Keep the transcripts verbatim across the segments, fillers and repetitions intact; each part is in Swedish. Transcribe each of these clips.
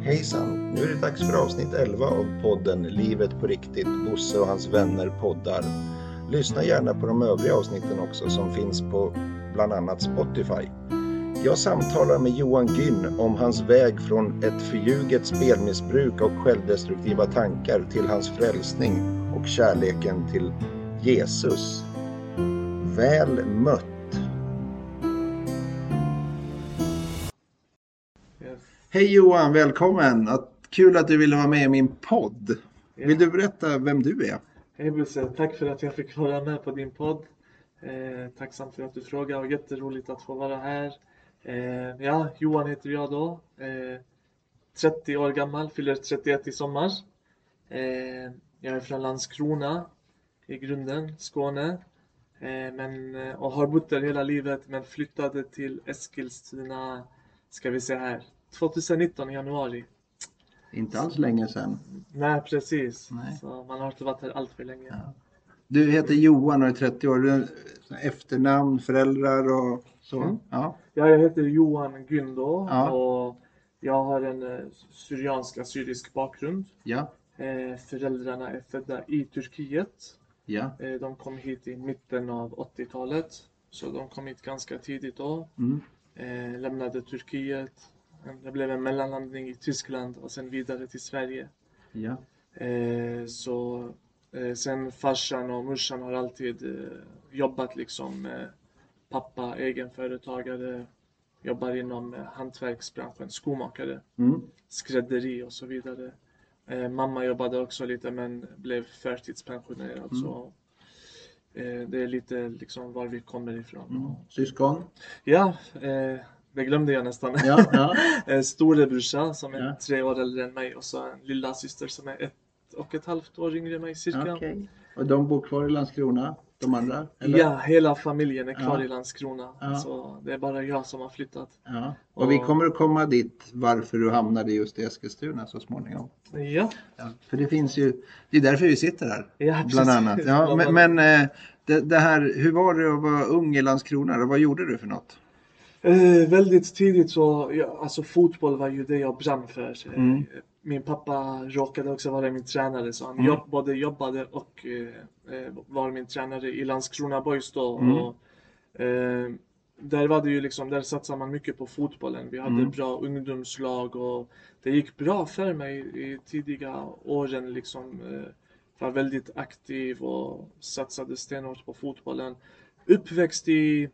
Hejsan, nu är det dags för avsnitt elva av podden Livet på riktigt, Bosse och hans vänner poddar. Lyssna gärna på de övriga avsnitten också som finns på bland annat Spotify. Jag samtalar med Johan Gyn om hans väg från ett förljuget spelmissbruk och självdestruktiva tankar till hans frälsning och kärleken till Jesus. Väl mött! Hej Johan, välkommen! Kul att du ville vara med i min podd. Ja. Vill du berätta vem du är? Hej Bosse, tack för att jag fick vara med på din podd. Eh, tacksam för att du frågar och jätteroligt att få vara här. Eh, ja, Johan heter jag då. Eh, trettio år gammal, fyller trettioett i sommar. Eh, jag är från Landskrona i grunden, Skåne. Eh, men, och har bott där hela livet men flyttade till Eskilstuna, ska vi se här, tjugonitton i januari. Inte alls länge sedan. Nej, precis. Nej. Så man har inte varit här allt för länge. Ja. Du heter Johan och är trettio år. Du har efternamn, föräldrar och så. Mm. Ja. Ja, jag heter Johan Gyn då, Ja. och jag har en eh, syriansk assyrisk bakgrund. Ja. Eh, föräldrarna är födda i Turkiet. Ja. Eh, de kom hit i mitten av åttiotalet. Så de kom hit ganska tidigt då. Mm. Eh, lämnade Turkiet. Det blev en mellanlandning i Tyskland och sen vidare till Sverige. Ja. Eh, så eh, sen farsan och morsan har alltid eh, jobbat liksom med pappa, egenföretagare, jobbar inom eh, hantverksbranschen, skomakare, Mm. skrädderi och så vidare. Eh, mamma jobbade också lite men blev förtidspensionerad. Mm. Så eh, det är lite liksom var vi kommer ifrån. Mm. Syskon? Ja, eh, det glömde jag nästan. Ja, ja. Eh, Storebrorsa som är Ja. tre år äldre än mig och så en lilla syster som är ett och ett halvt år yngre än mig cirka. Okej. Och de bor kvar i Landskrona, de andra? Eller? Ja, hela familjen är kvar Ja. i Landskrona. Ja. Så det är bara jag som har flyttat. Ja. Och vi kommer att komma dit varför du hamnade just i Eskilstuna så småningom. Ja, Ja. För det finns ju, det är därför vi sitter här. ja precis. Bland annat. Ja, men men eh, det, det här, hur var det att vara ung i Landskrona? Och vad gjorde du för något? Eh, väldigt tidigt så, ja, alltså fotboll var ju det jag brann för. Eh, Mm. Min pappa råkade också vara min tränare så han Mm. jobb, både jobbade och eh, eh, var min tränare i Landskrona Boys då. Mm. Och, eh, där var det ju liksom, där satsade man mycket på fotbollen. Vi hade Mm. bra ungdomslag och det gick bra för mig i tidiga åren liksom. Eh, var väldigt aktiv och satsade stenhårt på fotbollen. Uppväxt i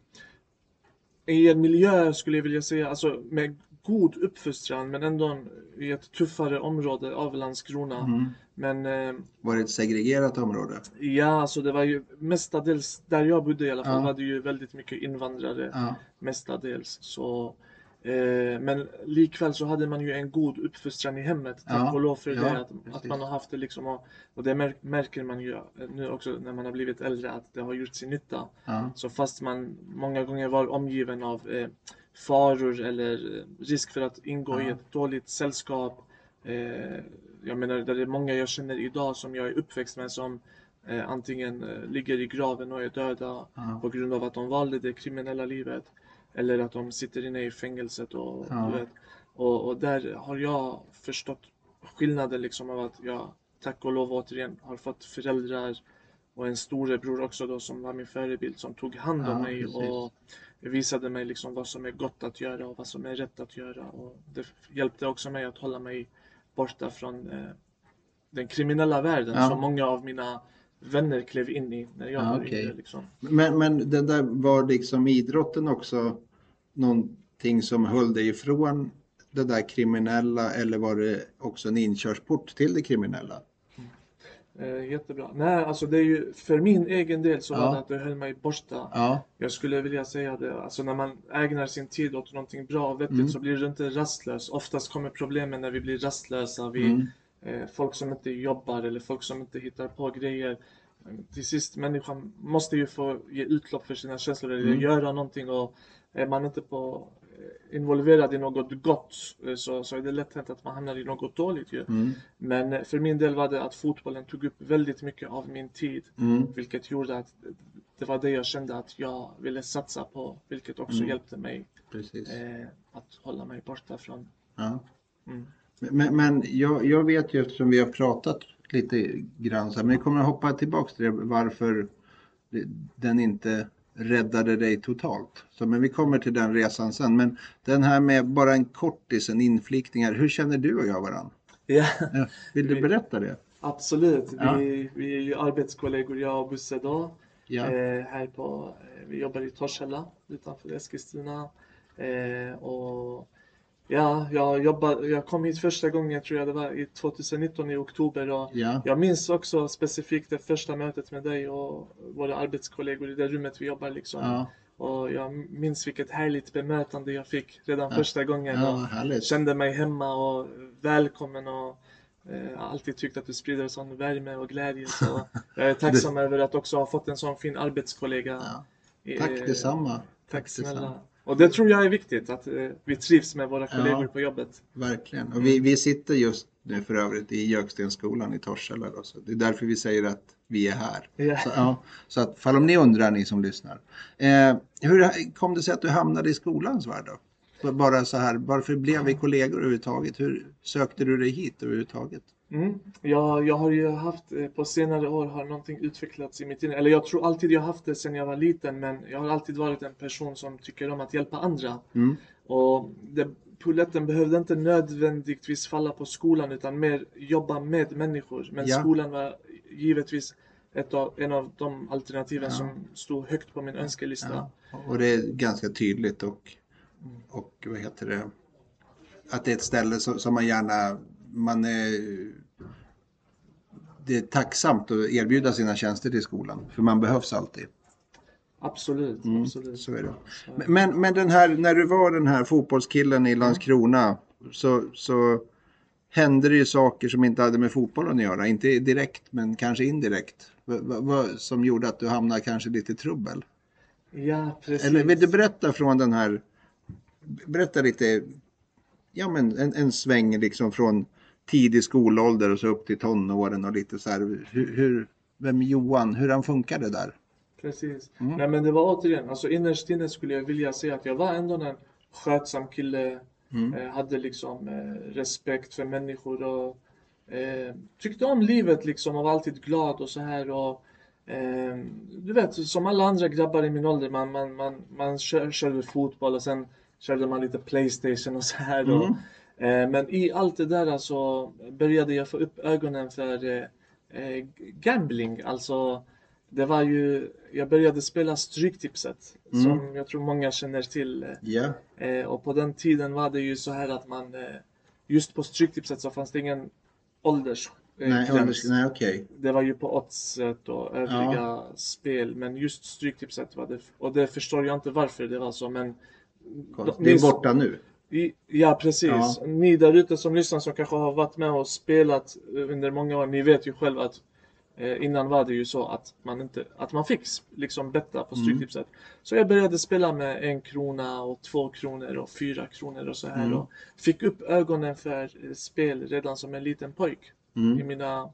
i en miljö skulle jag vilja säga, alltså med god uppfostran men ändå i ett tuffare område av Landskrona. Mm. Men eh, Var det ett segregerat område? ja, alltså det var ju mestadels, där jag bodde i alla fall, Ja. var det ju väldigt mycket invandrare Ja. mestadels. Så, eh, men likväl så hade man ju en god uppfostran i hemmet, tack Ja. och lov för Ja, det, att, precis. att man har haft det liksom, och, och det mär, märker man ju nu också när man har blivit äldre att det har gjort sin nytta. Ja. Så fast man många gånger var omgiven av eh, faror eller eh, risk för att ingå Ja. i ett dåligt sällskap. Eh, jag menar, det är många jag känner idag som jag är uppväxt med som eh, antingen eh, ligger i graven och är döda Ja. på grund av att de valde det kriminella livet. Eller att de sitter inne i fängelset och, Ja. du vet, och, och där har jag förstått skillnaden liksom av att jag tack och lov återigen har fått föräldrar och en storebror också då som var min förebild som tog hand om Ja, mig precis. och visade mig liksom vad som är gott att göra och vad som är rätt att göra. Och det hjälpte också mig att hålla mig borta från eh, den kriminella världen Ja. som många av mina vänner klev in i när jag Ja, var okej. yngre liksom. Men, men det där var liksom idrotten också någonting som höll dig ifrån det där kriminella, eller var det också en inkörsport till det kriminella? Eh, jättebra. Nej, alltså det är ju för min egen del så Ja. var det att det höll mig borta. Ja. Jag skulle vilja säga det, alltså när man ägnar sin tid åt någonting bra och vettigt Mm. så blir du inte rastlös. Oftast kommer problemen när vi blir rastlösa, vi, Mm. eh, folk som inte jobbar eller folk som inte hittar på grejer. Till sist, människan måste ju få ge utlopp för sina känslor eller Mm. göra någonting, och är man inte på, eh, involverad i något gott eh, så, så är det lätt hänt att man hamnar i något dåligt ju. Mm. Men eh, för min del var det att fotbollen tog upp väldigt mycket av min tid. Mm. Vilket gjorde att det var det jag kände att jag ville satsa på. Vilket också Mm. hjälpte mig Precis. eh, att hålla mig borta från. Ja. Mm. Men, men jag, jag vet ju, eftersom vi har pratat lite grann så här, men jag kommer att hoppa tillbaka till det, varför det- den inte räddade dig totalt. Så, men vi kommer till den resan sen. Men den här med bara en kortis, en inflikning här, hur känner du och jag varandra? Ja, Ja, vill du vi, berätta det? absolut. Ja, Vi, vi är ju arbetskollegor, jag och Busse då. ja, Eh, här på, eh, vi jobbar i Torshälla utanför Eskilstuna. Eh, och ja, jag jobbar, jag kom hit första gången, tror jag det var i tjugonitton i oktober. Och ja, jag minns också specifikt det första mötet med dig och våra arbetskollegor i det rummet vi jobbar liksom. ja, Och jag minns vilket härligt bemötande jag fick redan ja, första gången. ja, Och vad härligt. kände mig hemma och välkommen. Och eh, jag har alltid tyckt att du sprider sån värme och glädje. Så jag är tacksam Det, över att också ha fått en sån fin arbetskollega. ja. Eh, Tack detsamma. Tack Tack snälla. detsamma. Och det tror jag är viktigt, att eh, vi trivs med våra kollegor Ja, på jobbet. verkligen. Och vi, vi sitter just nu för övrigt i Gökstensskolan i Torshälla. Då, så det är därför vi säger att vi är här. Ja. Så, ja, så att, fall om ni undrar, ni som lyssnar. Eh, hur kom det sig att du hamnade i skolans värld då? Bara så här, varför blev vi kollegor överhuvudtaget? Hur sökte du dig hit överhuvudtaget? Mm. Jag, jag har ju haft, eh, på senare år har någonting utvecklats i mitt inre. Eller jag tror alltid jag haft det sedan jag var liten, men jag har alltid varit en person som tycker om att hjälpa andra. Mm. Och det, polletten behövde inte nödvändigtvis falla på skolan, utan mer jobba med människor. Men Ja. skolan var givetvis ett av, en av de alternativen Ja. som stod högt på min önskelista. Ja. Och det är ganska tydligt och, och vad heter det? Att det är ett ställe som, som man gärna, man är, det är tacksamt att erbjuda sina tjänster till skolan. För man behövs alltid. Absolut, Mm, absolut. så är det. Så- Men, men den här, när du var den här fotbollskillen i Landskrona så, så hände det ju saker som inte hade med fotbollen att göra. Inte direkt, men kanske indirekt. Vad, vad, vad som gjorde att du hamnade kanske lite i trubbel? Ja, precis. Eller vill du berätta från den här, berätta lite, ja men en, en sväng liksom från tidig skolålder och så upp till tonåren och lite så här, hur, hur vem Johan, hur han funkade där? Precis. Mm. Nej, men det var återigen, alltså innerst inne skulle jag vilja säga att jag var ändå en skötsam kille. Mm. Eh, hade liksom eh, respekt för människor och eh, tyckte om livet liksom och var alltid glad och så här. Och, eh, du vet, som alla andra grabbar i min ålder, man, man, man, man kör, körde fotboll och sen körde man lite Playstation och så här. Och, eh, men i allt det där så började jag få upp ögonen för eh, eh, gambling. Alltså, det var ju, jag började spela Stryktipset, Mm. som jag tror många känner till. Ja, Eh, och på den tiden var det ju så här att man, eh, just på Stryktipset så fanns det ingen ålders eh, nej, gräns. ålders, nej okej. Det var ju på Oddset och övriga spel, men just Stryktipset var det, och det förstår jag inte varför det var så, men Det är borta nu. i- Ja, precis. Ja. Ni där ute som lyssnar som kanske har varit med och spelat under många år, ni vet ju själva att eh, innan var det ju så att man inte, att man fick liksom betta på Stryktipset. Så jag började spela med en krona och två kronor och fyra kronor och så här, Mm. och fick upp ögonen för eh, spel redan som en liten pojk i Mm. mina,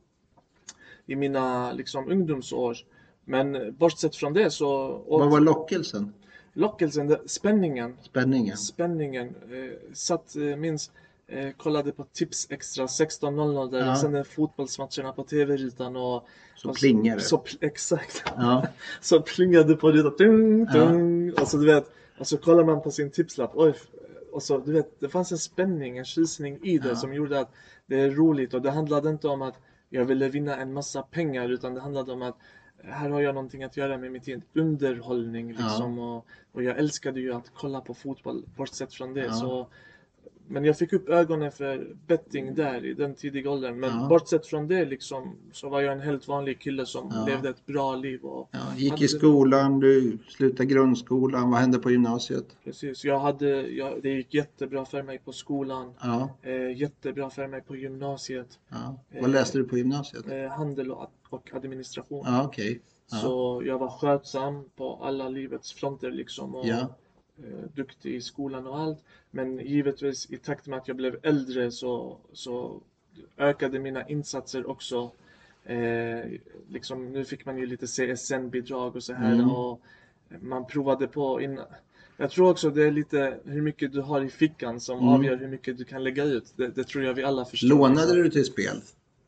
i mina liksom ungdomsår. Men bortsett från det så, Vad var lockelsen? lockelsen, det- spänningen, Spänningen? spänningen. Eh, satt, eh, minns, eh, kollade på Tips Extra sexton noll noll där Ja. de sände fotbollsmatcherna på tv-rutan och Så och plingar det. Så, pl- exakt. Ja. Så plingade på rutan. Dung, Ja. dung. Och så du vet, och så kollar man på sin tipslapp. Oj, och så du vet, det fanns en spänning, en kisning i det Ja. som gjorde att det är roligt. Och det handlade inte om att jag ville vinna en massa pengar, utan det handlade om att här har jag någonting att göra med mitt tid. Underhållning liksom. Och, och jag älskade ju att kolla på fotboll, bortsett från det. Ja. Så, men jag fick upp ögonen för betting där i den tidiga åldern. Men Ja. bortsett från det liksom, så var jag en helt vanlig kille som Ja. levde ett bra liv. Och Ja, gick hade i skolan, du slutade grundskolan, vad hände på gymnasiet? Precis, jag hade, jag, det gick jättebra för mig på skolan. Ja, Eh, jättebra för mig på gymnasiet. ja. Vad läste du på gymnasiet? Eh, handel och, och administration. Ja, okej. Ja. Så jag var skötsam på alla livets fronter liksom. Och, Ja. eh, duktig i skolan och allt. Men givetvis i takt med att jag blev äldre så, så ökade mina insatser också. Eh, liksom, nu fick man ju lite C S N-bidrag och så här. Mm. Och man provade på innan. Jag tror också det är lite hur mycket du har i fickan som Mm. avgör hur mycket du kan lägga ut. Det, det tror jag vi alla förstår. Lånade liksom. du till spel?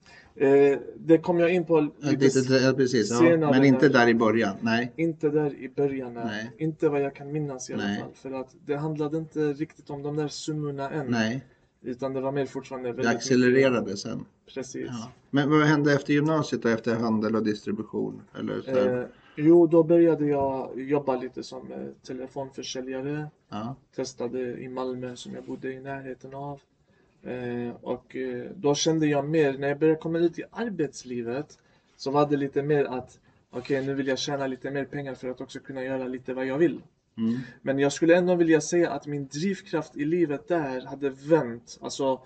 Eh, det kom jag in på Ja, lite lite, ja, precis. Ja. senare. Men inte där. där i början, nej. Inte där i början. Nej. Nej. Inte vad jag kan minnas i alla Nej. fall. För att det handlade inte riktigt om de där summorna än. Nej, Utan det var mer fortfarande det väldigt accelererade mycket. sen. Precis. Ja. Men vad hände efter gymnasiet och efter handel och distribution? Eller så här? Eh, jo, då började jag jobba lite som eh, telefonförsäljare. Ja. Testade i Malmö som jag bodde i närheten av. Eh, och eh, då kände jag mer, när jag började komma ut i arbetslivet så var det lite mer att okej, nu vill jag tjäna lite mer pengar för att också kunna göra lite vad jag vill. Mm. Men jag skulle ändå vilja säga att min drivkraft i livet där hade vänt. Alltså,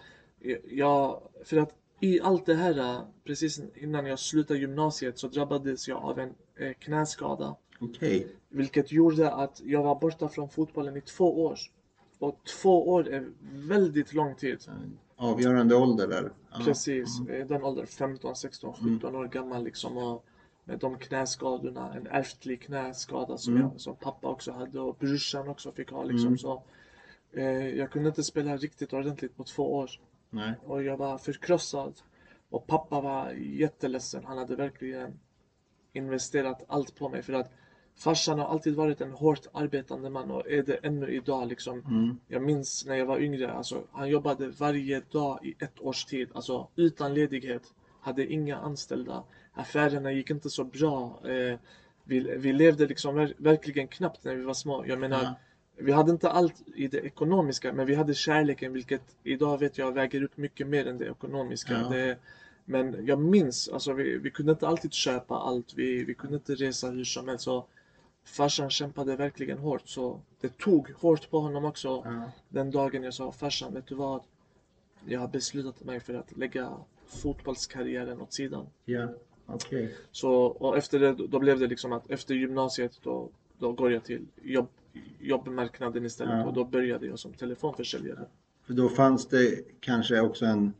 jag, för att i allt det här, precis innan jag slutade gymnasiet så drabbades jag av en eh, knäskada. Okej. Vilket gjorde att jag var borta från fotbollen i två år. Och två år är väldigt lång tid. Avgörande ålder där. Ja. Precis, mm. den åldern femton, sexton, sjutton år gammal liksom. Och med de knäskadorna, en ärftlig knäskada som, Mm. jag, som pappa också hade och brorsan också fick ha liksom. Mm. Så, eh, jag kunde inte spela riktigt ordentligt på två år. Nej. Och jag var förkrossad. Och pappa var jätteledsen. Han hade verkligen investerat allt på mig. För att farsan har alltid varit en hårt arbetande man och är det ännu idag liksom. Mm. Jag minns när jag var yngre, alltså, han jobbade varje dag i ett års tid. Alltså utan ledighet. Hade inga anställda. Affärerna gick inte så bra. Eh, vi, vi levde liksom ver- verkligen knappt när vi var små. Jag menar, Ja. vi hade inte allt i det ekonomiska, men vi hade kärleken, vilket idag vet jag väger upp mycket mer än det ekonomiska. Ja. Det, men jag minns, alltså vi, vi kunde inte alltid köpa allt. Vi, vi kunde inte resa hur som helst. Så farsan kämpade verkligen hårt. Så det tog hårt på honom också. Ja. Den dagen jag sa, farsan, vet du vad? Jag har beslutat mig för att lägga fotbollskarriären åt sidan. Ja, okej. Så, och efter det, då blev det liksom att efter gymnasiet då, då går jag till jobb, jobbmarknaden istället. Ja. Och då började jag som telefonförsäljare. För då fanns det kanske också en,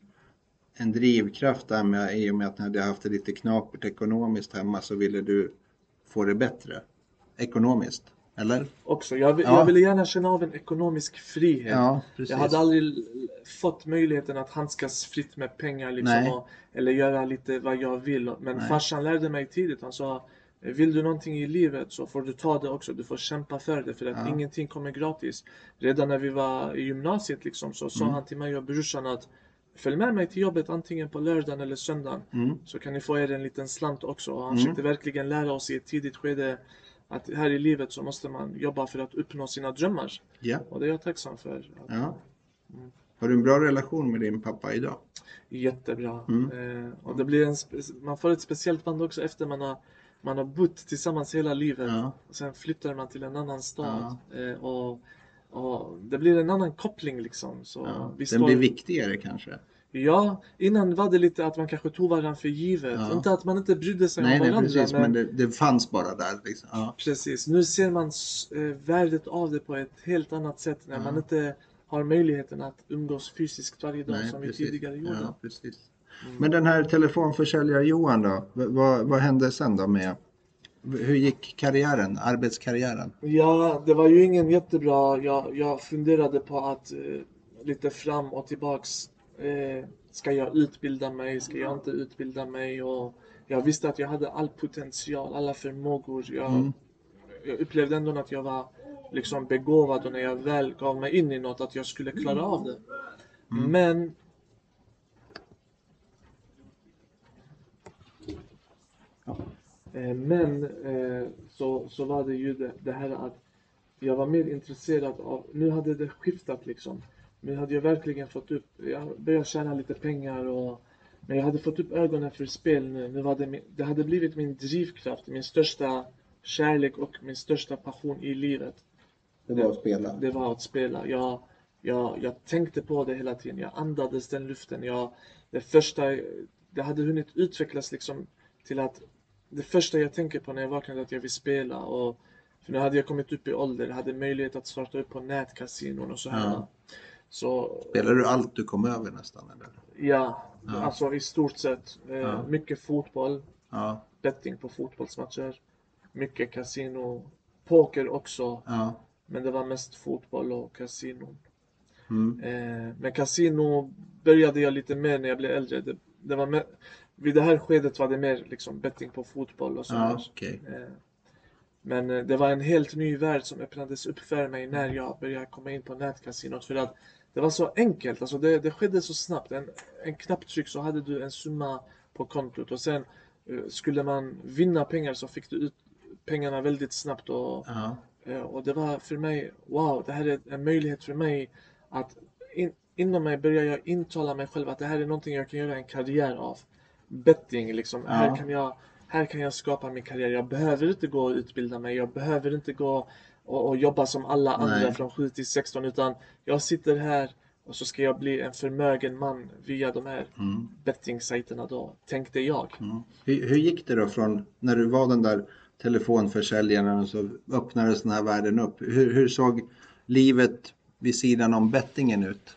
en drivkraft där med, i och med att ni hade haft det lite knapert ekonomiskt hemma så ville du få det bättre ekonomiskt, eller? Också, jag, Ja. jag ville gärna känna av en ekonomisk frihet. Ja, precis. Jag hade aldrig l- fått möjligheten att handskas fritt med pengar liksom, Nej. och, eller göra lite vad jag vill. Men Nej. farsan lärde mig tidigt. Han sa, vill du någonting i livet så får du ta det också. Du får kämpa för det för att Ja. ingenting kommer gratis. Redan när vi var i gymnasiet liksom, så sa Mm. han till mig och brorsan att följ med mig till jobbet antingen på lördagen eller söndagen. Mm. Så kan ni få er en liten slant också. Och han Mm. försökte verkligen lära oss i ett tidigt skede att här i livet så måste man jobba för att uppnå sina drömmar. Ja. Och det är jag tacksam för. Att, Ja. Har du en bra relation med din pappa idag? Jättebra. Mm. Eh, och det blir en spe- man får ett speciellt band också efter man har, man har bott tillsammans hela livet. Ja. Och sen flyttar man till en annan stad. Eh, och, och det blir en annan koppling liksom. Så Ja. vi Den står... blir viktigare kanske? Ja, innan var det lite att man kanske tog varandra för givet. Ja. Inte att man inte brydde sig Nej, om nej, varandra. precis. Men det, det fanns bara där liksom. Ja. Precis, nu ser man s- eh, värdet av det på ett helt annat sätt när Ja. man inte har möjligheten att umgås fysiskt varje dag Nej, som vi precis. tidigare gjorde. Ja, precis. Men den här telefonförsäljare Johan då? V- vad, vad hände sen då med? Hur gick karriären, arbetskarriären? Ja, det var ju ingen jättebra. Jag, jag funderade på att eh, lite fram och tillbaks. Eh, ska jag utbilda mig? Ska jag inte utbilda mig? Och jag visste att jag hade all potential, alla förmågor. Jag, Mm. jag upplevde ändå att jag var liksom begåvad och när jag väl gav mig in i något att jag skulle klara av det. Mm. Men Eh, Men eh, så, så var det ju det, det här att jag var mer intresserad av, nu hade det skiftat liksom. Nu hade jag verkligen fått upp, jag började tjäna lite pengar och men jag hade fått upp ögonen för spel nu. Nu var det, min, det hade blivit min drivkraft, min största kärlek och min största passion i livet. Det var att spela. Det var att spela. Jag, jag, jag tänkte på det hela tiden. Jag andades den luften. Jag, det första, det hade hunnit utvecklas liksom till att det första jag tänker på när jag vaknar är att jag vill spela. Och, för nu hade jag kommit upp i ålder. Jag hade möjlighet att starta upp på nätkasinon och så här. Ja. Så, Spelar du allt du kom över nästan? Eller? ja, Ja. alltså i stort sett. Eh, Ja. Mycket fotboll. Ja, Betting på fotbollsmatcher. Mycket kasino. Poker också. ja. Men det var mest fotboll och kasino. Mm. Eh, men kasino började jag lite mer när jag blev äldre. Det, det var med, vid det här skedet var det mer liksom betting på fotboll och så Ja, här. okej. Eh, men eh, det var en helt ny värld som öppnades upp för mig när jag började komma in på nätkasinot. För att det var så enkelt, alltså det, det skedde så snabbt. En, en knapptryck så hade du en summa på kontot och sen eh, skulle man vinna pengar så fick du ut pengarna väldigt snabbt. Och, Ja. eh, och det var för mig, wow, det här är en möjlighet för mig att in, inom mig börjar jag intala mig själv att det här är någonting jag kan göra en karriär av. Betting liksom, Ja. här kan jag Här kan jag skapa min karriär. Jag behöver inte gå och utbilda mig. Jag behöver inte gå och, och jobba som alla andra Nej. från sju till sexton. Utan jag sitter här och så ska jag bli en förmögen man via de här Mm. betting-sajterna då, tänkte jag. Mm. Hur, hur gick det då från när du var den där telefonförsäljaren och så öppnades den här världen upp? Hur, hur såg livet vid sidan om bettingen ut?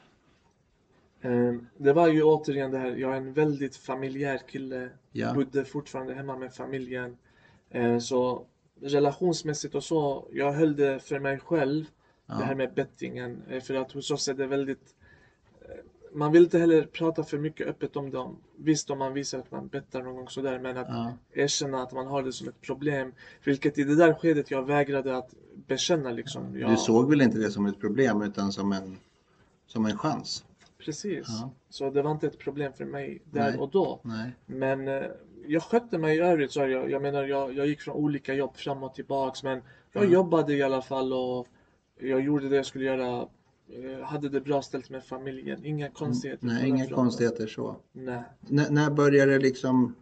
Eh, Det var ju återigen det här, jag är en väldigt familjär kille. Ja. Bodde fortfarande hemma med familjen. Eh, Så relationsmässigt och så, jag höll det för mig själv. Ja. Det här med bettingen. Eh, För att hos oss är det väldigt... eh, Man vill inte heller prata för mycket öppet om det. Visst om man visar att man bettar någon gång sådär. Men att Ja. erkänna att man har det som ett problem. Vilket i det där skedet jag vägrade att bekänna liksom. Jag, Du såg väl inte det som ett problem utan som en, som en chans? Precis. Ja. Så det var inte ett problem för mig där Nej. och då. Nej. Men eh, jag skötte mig i övrigt. Så jag, jag menar, jag, jag gick från olika jobb fram och tillbaks. Men jag Mm. jobbade i alla fall och jag gjorde det jag skulle göra. Jag hade det bra ställt med familjen. Inga konstigheter. på Nej, den inga fronten. konstigheter så. Nej. N- när började det liksom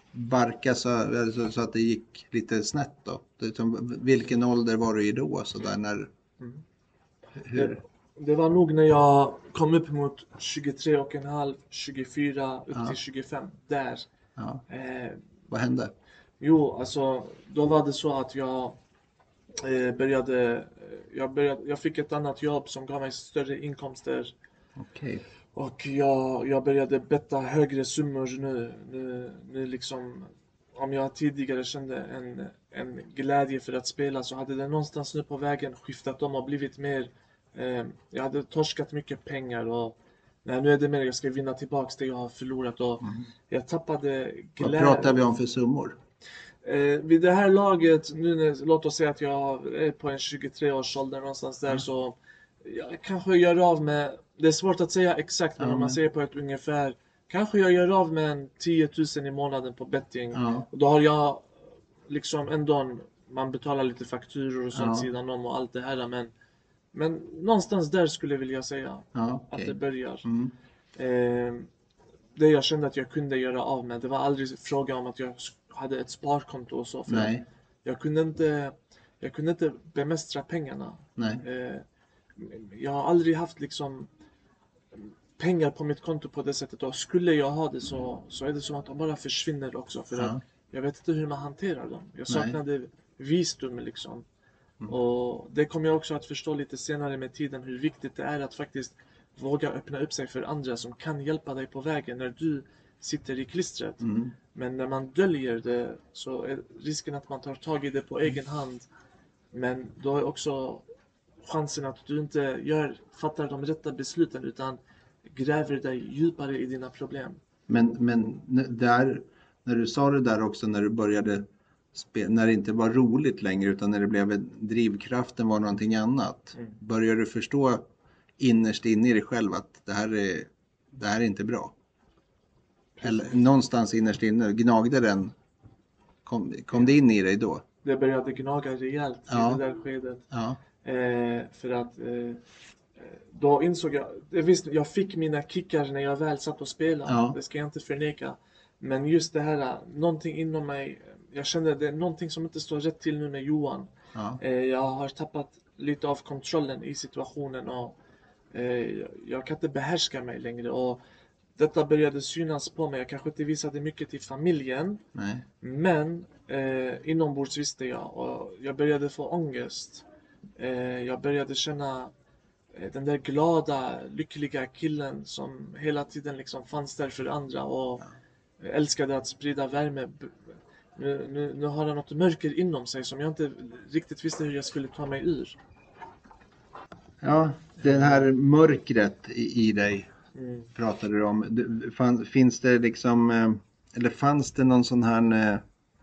barka så, alltså, så att det gick lite snett då? Det, som, vilken ålder var du i då? Så där, när, Mm. hur? Det, det var nog när jag kom upp mot tjugotre och en halv, tjugofyra, upp Ja. till tjugofem. Där. Ja, Eh, vad hände? Jo, alltså då var det så att jag eh, började, jag började, jag fick ett annat jobb som gav mig större inkomster Okej. och jag, jag började betta högre summor nu, nu, nu liksom, om jag tidigare kände en, en glädje för att spela så hade det någonstans nu på vägen skiftat om och blivit mer, eh, jag hade torskat mycket pengar och nej, nu är det mer jag ska vinna tillbaks det jag har förlorat och Mm. jag tappade Vad glädje. pratar vi om för summor? Eh, vid det här laget, nu när, låt oss säga att jag är på en tjugotre års ålder någonstans där Mm. så jag kanske gör av med, det är svårt att säga exakt men Ja, om man men- säger på ett ungefär, kanske jag gör av med en tio tusen i månaden på betting. Ja. Och då har jag liksom ändå, en- man betalar lite fakturor och sånt Ja. sidan om och allt det här men, men någonstans där skulle jag vilja säga Ja, att okej. det börjar. Mm. Eh, det jag kände att jag kunde göra av med, det var aldrig fråga om att jag hade ett sparkonto och så. För Nej, jag kunde inte, jag kunde inte bemästra pengarna. nej. Eh, jag har aldrig haft liksom pengar på mitt konto på det sättet och skulle jag ha det så, så är det som att de bara försvinner också för Ja. att jag vet inte hur man hanterar dem. Jag saknade visdom liksom. Mm. Och det kommer jag också att förstå lite senare med tiden hur viktigt det är att faktiskt våga öppna upp sig för andra som kan hjälpa dig på vägen när du sitter i klistret. Mm. Men när man döljer det så är risken att man tar tag i det på egen hand. Men då är också chansen att du inte gör, fattar de rätta besluten utan gräver dig djupare i dina problem. Men, men n- där, när du sa det där också när du började spela, när det inte var roligt längre utan när det blev en- drivkraften var någonting annat. Mm. Började du förstå innerst inne i dig själv att det här är, det här är inte bra? Eller någonstans innerst inne, gnagde den? Kom, kom det in i dig då? Det började gnaga rejält Ja. i det där skedet. Ja, Eh, för att eh, då insåg jag, eh, visst jag fick mina kickar när jag väl satt och spelade, Ja. det ska jag inte förneka. Men just det här, någonting inom mig, jag kände det är någonting som inte står rätt till nu med Johan. ja, Eh, jag har tappat lite av kontrollen i situationen och eh, jag kan inte behärska mig längre. Och detta började synas på mig, jag kanske inte visade mycket till familjen. nej. Men eh, inombords visste jag och jag började få ångest. Eh, jag började känna eh, den där glada, lyckliga killen som hela tiden liksom fanns där för andra och älskade att sprida värme. B- Nu, nu, nu har han något mörker inom sig som jag inte riktigt visste hur jag skulle ta mig ur. Ja, det här mörkret i, i dig Mm. pratade du om. Du, fan, finns det liksom, eh, eller fanns det någon sån här, eh,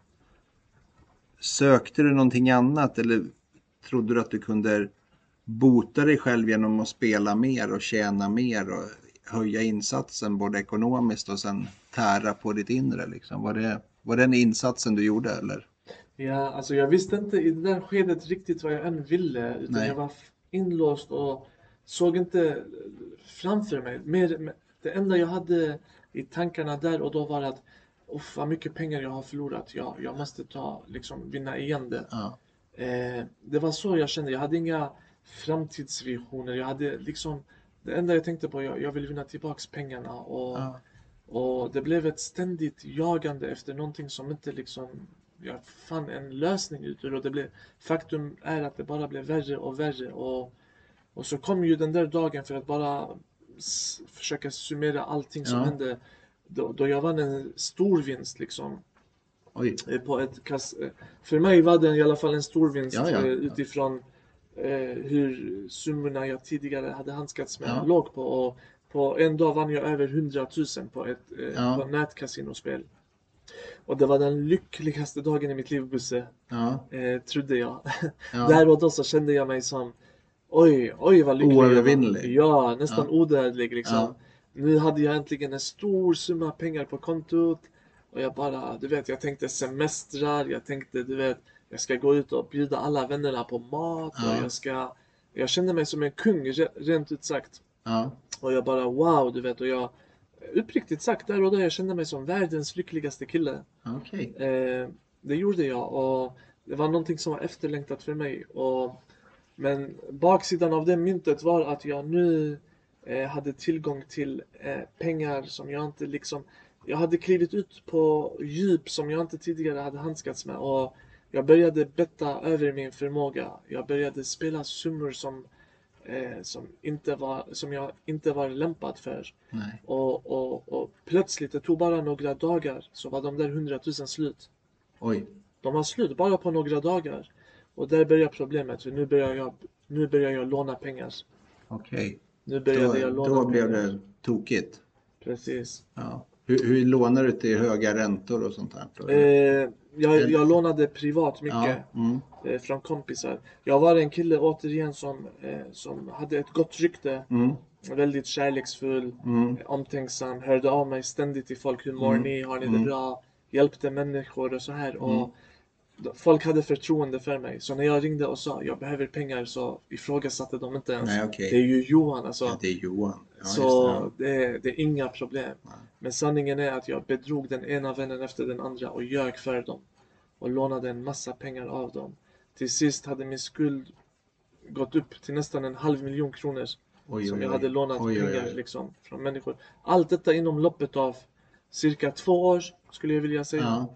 sökte du någonting annat eller trodde du att du kunde bota dig själv genom att spela mer och tjäna mer och höja insatsen både ekonomiskt och sen tära på ditt inre liksom? Var det, var det den insatsen du gjorde eller? Ja, alltså jag visste inte i det där skedet riktigt vad jag än ville, utan Nej. jag var f- inlåst och såg inte framför mig. Mer, mer- det enda jag hade i tankarna där och då var att uff, vad mycket pengar jag har förlorat. Jag, jag måste ta, liksom, vinna igen det. Ja. Eh, det var så jag kände. Jag hade inga framtidsvisioner. Jag hade liksom, det enda jag tänkte på, jag, jag vill vinna tillbaks pengarna. Och, Ja. och det blev ett ständigt jagande efter någonting som inte liksom, jag fann en lösning ut ur. Och det blev, faktum är att det bara blev värre och värre. Och, och så kom ju den där dagen för att bara s- försöka summera allting som Ja. hände. Då, då jag vann en stor vinst liksom. Oj. Eh, på ett kas- eh, För mig var det i alla fall en stor vinst Ja, ja. eh, utifrån eh, hur summorna jag tidigare hade handskats med Ja. låg på. Och på en dag vann jag över hundratusen på ett eh, Ja. på nätkasinospel. Och det var den lyckligaste dagen i mitt liv, Busse, Ja. eh, trodde jag. Ja. Där och då så kände jag mig som oj, oj vad lycklig jag var. Oövervinnlig. Ja, nästan Ja. odödlig liksom. Ja. Nu hade jag äntligen en stor summa pengar på kontot. Och jag bara, du vet, jag tänkte semestrar, jag tänkte, du vet, jag ska gå ut och bjuda alla vännerna på mat. Ja. Och jag ska, jag kände mig som en kung, re- rent ut sagt. Ja. Och jag bara, wow, du vet, och jag, uppriktigt sagt, där och då, jag kände mig som världens lyckligaste kille. Okej. Eh, det gjorde jag och det var någonting som var efterlängtat för mig. Och, men baksidan av det myntet var att jag nu eh, hade tillgång till eh, pengar som jag inte liksom... Jag hade klivit ut på djup som jag inte tidigare hade handskats med. Och jag började betta över min förmåga. Jag började spela summor som, eh, som, inte var, som jag inte var lämpad för. Nej. Och, och, och plötsligt, det tog bara några dagar, så var de där hundratusen slut. Oj. De var slut bara på några dagar. Och där börjar problemet. För nu börjar jag, nu börjar jag låna pengar. Okej. Nu började jag Då, låna då blev pengar. det tokigt. Precis. Ja. Hur, hur lånar du till höga räntor och sånt här? Då? Eh, jag, jag lånade privat mycket. Ja. Mm. eh, Från kompisar. Jag var en kille återigen som, eh, som hade ett gott rykte. Mm. Väldigt kärleksfull. Mm. eh, Omtänksam. Hörde av mig ständigt till folk. Hur mår Mm. ni? Har ni Mm. det bra? Hjälpte människor och så här. Mm. Och d- folk hade förtroende för mig. Så när jag ringde och sa jag behöver pengar så ifrågasatte de inte ens. Nej, okej. Det är ju Johan alltså. Ja, det är Johan. Ja, just Så det. det är, det är inga problem. Nej. Men sanningen är att jag bedrog den ena vännen efter den andra och ljög för dem. Och lånade en massa pengar av dem. Till sist hade min skuld gått upp till nästan en halv miljon kronor. Oj, Som oj, jag oj. hade lånat Oj, oj, pengar oj. liksom, från människor. Allt detta inom loppet av cirka två år skulle jag vilja säga. Ja.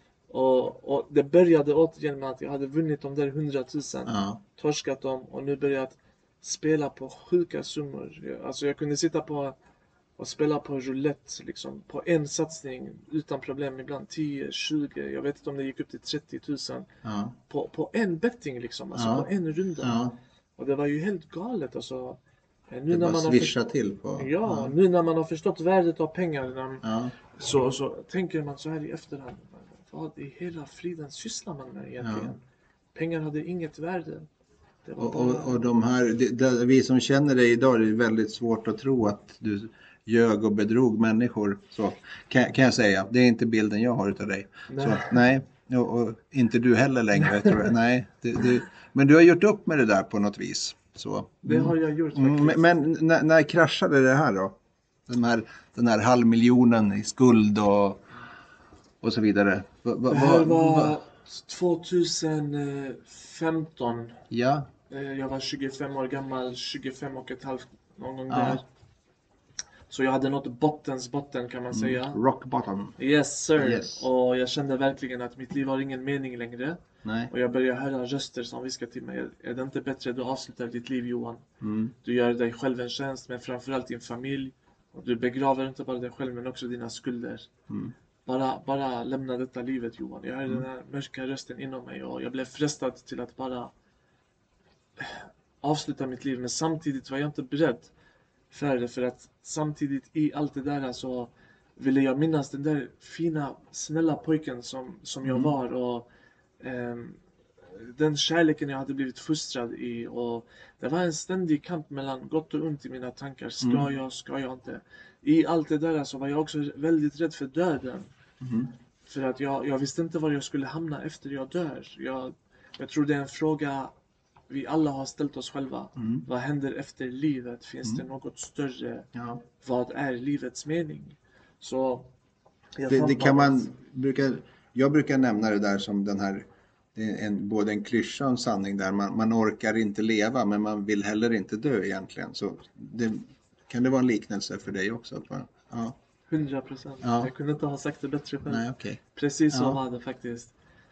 Och, och det började återigen med att jag hade vunnit de där hundratusen. Ja. Torskat dem och nu börjat spela på sjuka summor. Jag- Alltså jag kunde sitta på och spela på roulette liksom, på en satsning utan problem, ibland tio, tjugo, jag vet inte om det gick upp till trettio tusen Ja. på, på en betting liksom, alltså Ja. på en runda. Ja. Och det var ju helt galet alltså. Eh, Nu Det när bara man har swisha förstått, till på. ja, nu när man har förstått värdet av pengar när, Ja. så, så tänker man så här i efterhand. Vad i hela friden sysslar man med egentligen? Ja. Pengar hade inget värde. Det var Och, bara... och, och de här, det, det, vi som känner dig idag, det är väldigt svårt att tro att du ljög och bedrog människor. Så kan, kan jag säga. Det är inte bilden jag har utav dig. Nej. Så, nej. Och, och inte du heller längre tror jag. Nej. Det, det, men du har gjort upp med det där på något vis. Så. Det har jag gjort Mm, faktiskt. men men när, när kraschade det här då? Den här, den här halvmiljonen i skuld och, och så vidare. Va, va, Det här va- var va- tjugohundrafemton. Ja. Eh, Jag var tjugofem år gammal, tjugofem och ett halvt någon gång Ja. där. Så jag hade nått bottens botten kan man säga. Rock bottom. Yes sir. Yes. Och jag kände verkligen att mitt liv har ingen mening längre. Nej. Och jag började höra röster som viskade till mig. Är det inte bättre att du avslutar ditt liv, Johan? Mm. Du gör dig själv en tjänst, men framförallt din familj. Och du begraver inte bara dig själv, men också dina skulder. Mm. Bara, bara lämna detta livet, Johan. Jag hörde Mm. den här mörka rösten inom mig och jag blev frestad till att bara avsluta mitt liv. Men samtidigt var jag inte beredd för det. För att samtidigt i allt det där så ville jag minnas den där fina, snälla pojken som, som jag Mm. var. Och ehm, den kärleken jag hade blivit fostrad i. Och det var en ständig kamp mellan gott och ont i mina tankar. Ska Mm. jag, ska jag inte? I allt det där så var jag också väldigt rädd för döden. Mm. För att jag, jag visste inte var jag skulle hamna efter jag dör. Jag, jag tror det är en fråga vi alla har ställt oss själva. Mm. Vad händer efter livet? Finns Mm. det något större? Ja. Vad är livets mening? Så jag Det, fann det kan bara man att- brukar, jag brukar nämna det där som den här, det är en, både en klyscha och en sanning där. Man, man orkar inte leva men man vill heller inte dö egentligen. Så det, kan det vara en liknelse för dig också? Ja. hundra procent. Ja. Jag kunde inte ha sagt det bättre själv. Nej, okej. Precis så Ja. var det faktiskt.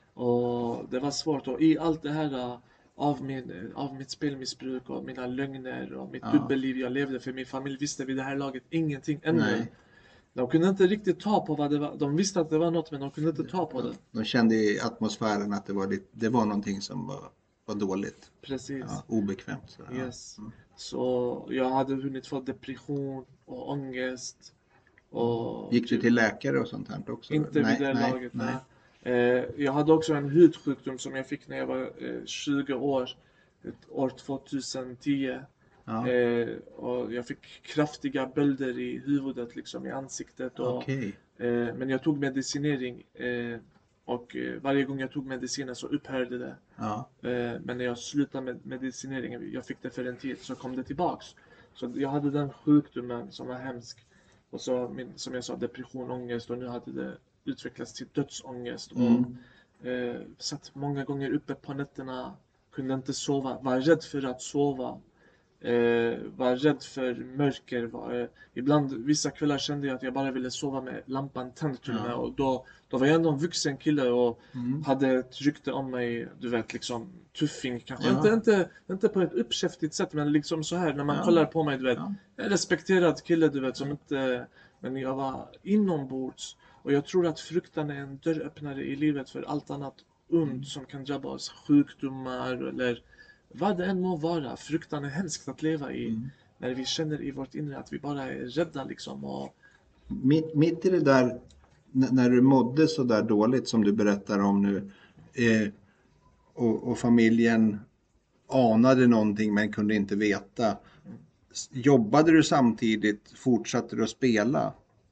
Och det var svårt. Och i allt det här äh, av, min, av mitt spelmissbruk och mina lögner och mitt Ja. dubbelliv jag levde. För min familj visste vid det här laget ingenting ännu. Nej. De kunde inte riktigt ta på vad det var. De visste att det var något men de kunde inte ta på det. De kände i atmosfären att det var, lite, det var någonting som var, var dåligt. Precis. Ja, obekvämt. Så, ja. Yes. Så jag hade hunnit få depression och ångest. Och Gick du till läkare och sånt här också? Inte nej, vid det nej, laget. nej. Nej. Eh, jag hade också en hudsjukdom som jag fick när jag var eh, tjugo år. Ett år tjugohundratio. Ja. Eh, och jag fick kraftiga bölder i huvudet, liksom i ansiktet. Och, Okej. eh, men jag tog medicinering. Eh, och eh, varje gång jag tog medicinen så upphörde det. Ja. Eh, men när jag slutade med medicineringen, jag fick det för en tid, så kom det tillbaks. Så jag hade den sjukdomen som var hemsk. Och så min, som jag sa, depression, ångest, och nu hade det utvecklats till dödsångest. Mm. Och eh, satt många gånger uppe på nätterna, kunde inte sova, var rädd för att sova. Eh, var rädd för mörker. Var, eh, ibland, vissa kvällar kände jag att jag bara ville sova med lampan tänd till och med. Ja. Och då, då var jag ändå en vuxen kille och Mm. hade ett rykte om mig, du vet, liksom tuffing kanske. Ja. Inte, inte, inte på ett uppkäftigt sätt, men liksom så här när man Ja. kollar på mig, du vet. Ja. En respekterad kille, du vet, som inte... Men jag var inombords. Och jag tror att fruktan är en dörröppnare i livet för allt annat ont som kan drabba oss. Sjukdomar eller vad det än må vara. Fruktan är hemskt att leva i. Mm. När vi känner i vårt inre att vi bara är rädda liksom. Och Mitt, mitt i det där, n- när du mådde så där dåligt som du berättar om nu, eh, och, och familjen anade någonting men kunde inte veta. S- Jobbade du samtidigt? Fortsatte du att spela?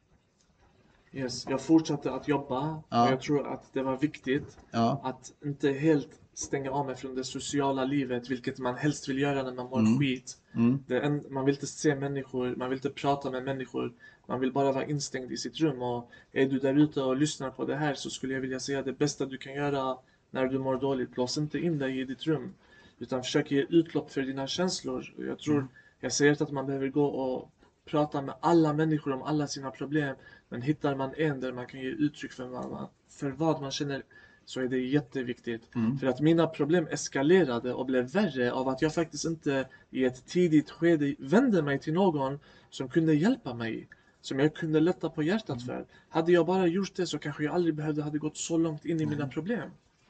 yes, jag fortsatte att jobba. Ja. Och jag tror att det var viktigt Ja. att inte helt stänga av mig från det sociala livet, vilket man helst vill göra när man mår Mm. skit. Mm. Det är en, man vill inte se människor, man vill inte prata med människor, man vill bara vara instängd i sitt rum. Och är du där ute och lyssnar på det här, så skulle jag vilja säga det bästa du kan göra när du mår dåligt. Lås inte in dig i ditt rum, utan försök ge utlopp för dina känslor. Jag tror, jag säger inte att man behöver gå och prata med alla människor om alla sina problem, men hittar man en där man kan ge uttryck för vad man, för vad man känner, så är det jätteviktigt. Mm. För att mina problem eskalerade och blev värre av att jag faktiskt inte i ett tidigt skede vände mig till någon som kunde hjälpa mig. Som jag kunde lätta på hjärtat för. Hade jag bara gjort det så kanske jag aldrig behövde hade gått så långt in i mina problem.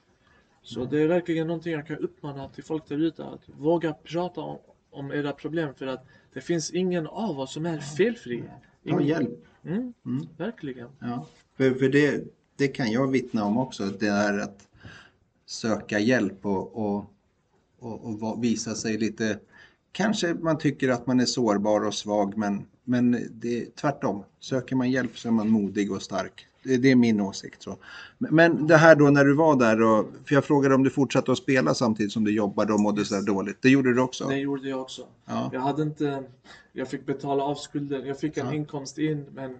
Så det är verkligen någonting jag kan uppmana till folk där ute. Att våga prata om, om era problem. För att det finns ingen av oss som är felfri. Ta Ingen... hjälp. Mm, Mm. verkligen. Ja. För, för det, det kan jag vittna om också. Det är att söka hjälp och, och, och, och va- visa sig lite... Kanske man tycker att man är sårbar och svag, men, men det är tvärtom. Söker man hjälp så är man modig och stark. Det, det är min åsikt. Så. Men, men det här då när du var där, och, för jag frågade om du fortsatte att spela samtidigt som du jobbade och mådde så där dåligt. Det gjorde du också? Det gjorde jag också. Ja. Jag hade inte, jag fick betala av skulden. Jag fick en Ja. inkomst in, men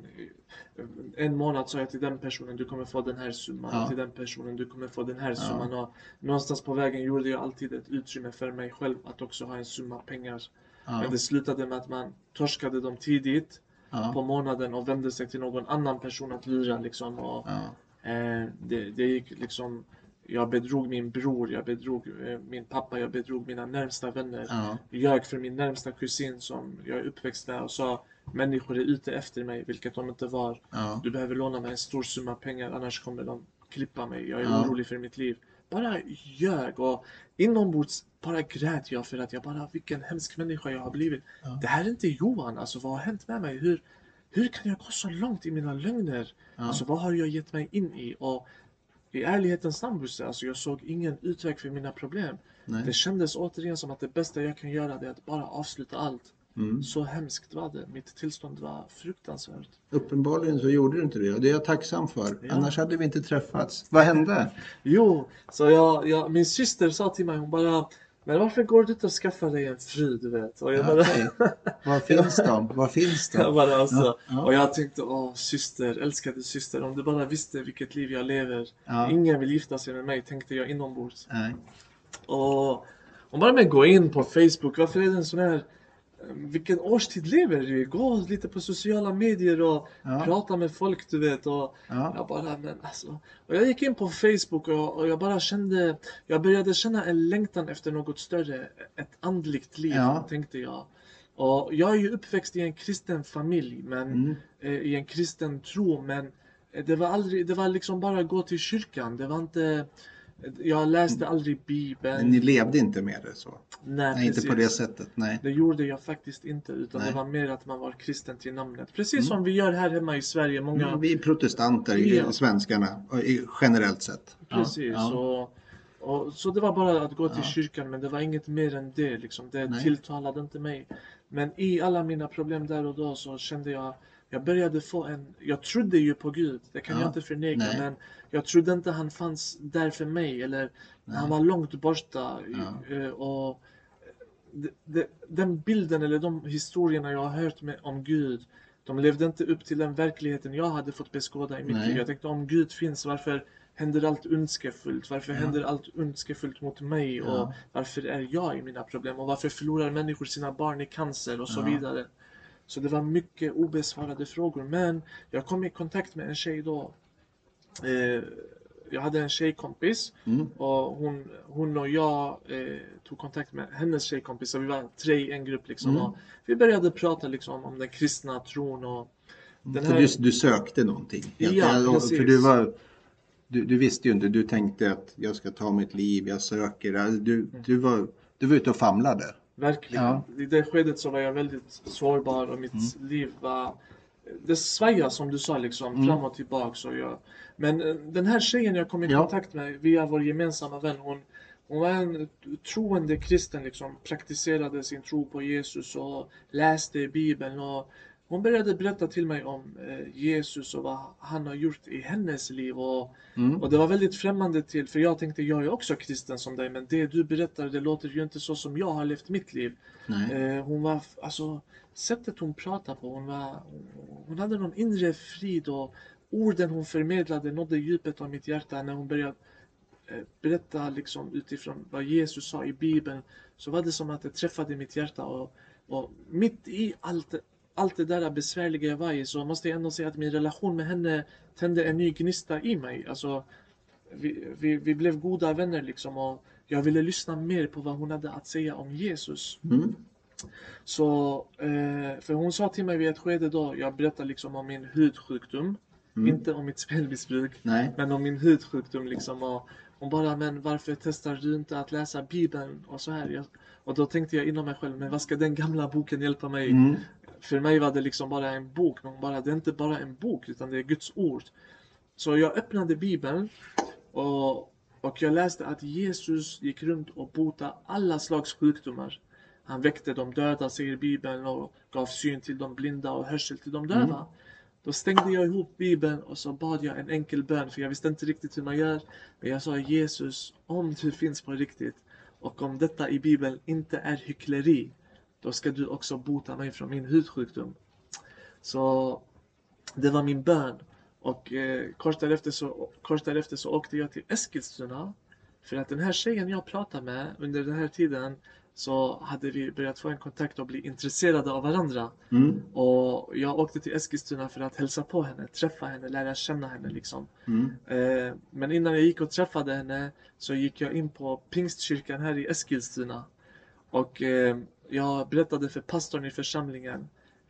en månad sa jag till den personen, du kommer få den här summan. Ja. Till den personen, du kommer få den här Ja. summan. Och någonstans på vägen gjorde jag alltid ett utrymme för mig själv att också ha en summa pengar. Ja. Men det slutade med att man torskade dem tidigt Ja. på månaden och vände sig till någon annan person att lura liksom. Och, Ja. eh, det, det gick liksom, jag bedrog min bror, jag bedrog eh, min pappa, jag bedrog mina närmsta vänner. Ja. Jag för min närmsta kusin som jag är uppväxt med och sa, människor är ute efter mig, vilket de inte var. Ja. Du behöver låna mig en stor summa pengar, annars kommer de klippa mig. Jag är Ja. orolig för mitt liv. bara ljög och inombords bara grät jag för att jag bara, vilken hemsk människa jag har blivit. Ja. Det här är inte Johan, alltså vad har hänt med mig? Hur, hur kan jag gå så långt i mina lögner? Ja. Alltså vad har jag gett mig in i? Och i ärlighetens namn, alltså jag såg ingen utväg för mina problem. Nej. Det kändes återigen som att det bästa jag kan göra är att bara avsluta allt. Mm. Så hemskt var det. Mitt tillstånd var fruktansvärt. Uppenbarligen så gjorde du inte det och det är jag tacksam för. Ja. Annars hade vi inte träffats. Vad hände? Jo, så jag, jag, min syster sa till mig, hon bara, men varför går du inte och skaffar dig en fru, du vet? Och jag Ja, bara, okej. Var finns de? Var finns de? jag bara alltså, Ja, ja. och jag tänkte, åh syster, älskade syster, om du bara visste vilket liv jag lever. Ja. Ingen vill gifta sig med mig, tänkte jag inombords. Nej. Och om bara med gå in på Facebook, varför är det en sån här, vilken årstid lever du i? Gå lite på sociala medier och Ja. prata med folk, du vet. Och Ja. jag bara, men alltså. Och jag gick in på Facebook och, och jag bara kände, jag började känna en längtan efter något större, ett andligt liv, Ja. tänkte jag. Och jag är ju uppväxt i en kristen familj, men Mm. eh, i en kristen tro, men eh, det var aldrig, det var liksom bara att gå till kyrkan. Det var inte, jag läste aldrig Bibeln. Men ni levde inte med det så? Nej, Nej, inte på precis. det sättet. Nej. Det gjorde jag faktiskt inte, utan Nej. det var mer att man var kristen till namnet. Precis Mm. som vi gör här hemma i Sverige. Många, Mm, vi är protestanter, i Ja. svenskarna, och i- generellt sett. Ja, precis. ja. Och, och, så det var bara att gå till Ja. kyrkan, men det var inget mer än det. Liksom. Det Nej. tilltalade inte mig. Men i alla mina problem där och då så kände jag, jag började få en, jag trodde ju på Gud, det kan Ja. jag inte förneka, Nej. men jag trodde inte han fanns där för mig, eller Nej. han var långt borta. Ja. Eh, Och det, det, den bilden eller de historierna jag har hört med, om Gud, de levde inte upp till den verkligheten jag hade fått beskåda i mitt Nej. liv. Jag tänkte, om Gud finns, varför händer allt ondskefullt? Varför Ja. händer allt ondskefullt mot mig? Ja. Och varför är jag i mina problem? Och varför förlorar människor sina barn i cancer? Och så Ja. vidare. Så det var mycket obesvarade frågor. Men jag kom i kontakt med en tjej då. Eh, jag hade en tjejkompis. Mm. Och hon, hon och jag eh, tog kontakt med hennes tjejkompis. Så vi var tre i en grupp liksom. Mm. Och vi började prata liksom om den kristna tron. Och den För här... du, du sökte någonting? helt Ja, enkelt. precis. För du var... Du, du visste ju inte, du tänkte att jag ska ta mitt liv, jag söker. Alltså, Du, du, var, du var ute och famlade. Verkligen. Ja. I det skedet så var jag väldigt sårbar och mitt liv var... Det svajade som du sa liksom, Mm. fram och tillbaka. Så jag... Men eh, den här tjejen jag kom i Ja. kontakt med via vår gemensamma vän, hon, hon var en troende kristen liksom, praktiserade sin tro på Jesus och läste Bibeln. Och hon började berätta till mig om eh, Jesus och vad han har gjort i hennes liv. Och, Mm. och det var väldigt främmande till, för jag tänkte, jag är också kristen som dig, men det du berättar, det låter ju inte så som jag har levt mitt liv. Nej. Eh, hon var, alltså, sättet hon pratade på, hon var, hon hade någon inre frid och orden hon förmedlade nådde djupet av mitt hjärta när hon började eh, berätta liksom utifrån vad Jesus sa i Bibeln. Så var det som att det träffade mitt hjärta och, och mitt i allt, allt det där besvärliga jag var i, så måste jag ändå säga att min relation med henne tände en ny gnista i mig. Alltså, vi, vi, vi blev goda vänner liksom, och jag ville lyssna mer på vad hon hade att säga om Jesus. Mm. Så, eh, för hon sa till mig vid ett skede då, jag berättade liksom om min hudsjukdom, Mm. inte om mitt spelmissbruk, Nej. men om min hudsjukdom liksom. Och hon bara, men varför testar du inte att läsa Bibeln och så här? Jag, och då tänkte jag inom mig själv, men vad ska den gamla boken hjälpa mig? Mm. För mig var det liksom bara en bok, men hon bara, det är inte bara en bok, utan det är Guds ord. Så jag öppnade Bibeln och, och jag läste att Jesus gick runt och botade alla slags sjukdomar. Han väckte de döda, säger Bibeln, och gav syn till de blinda och hörsel till de döva. Mm. Då stängde jag ihop Bibeln och så bad jag en enkel bön, för jag visste inte riktigt hur man gör. Men jag sa, Jesus, om du finns på riktigt och om detta i Bibeln inte är hyckleri, då ska du också bota mig från min hudsjukdom. Så det var min bön. Och eh, kort, därefter så, kort därefter så åkte jag till Eskilstuna. För att den här tjejen jag pratade med under den här tiden, så hade vi börjat få en kontakt och bli intresserade av varandra. Mm. Och jag åkte till Eskilstuna för att hälsa på henne, träffa henne, lära känna henne liksom. Mm. Eh, men innan jag gick och träffade henne så gick jag in på Pingstkyrkan här i Eskilstuna. Och eh, jag berättade för pastorn i församlingen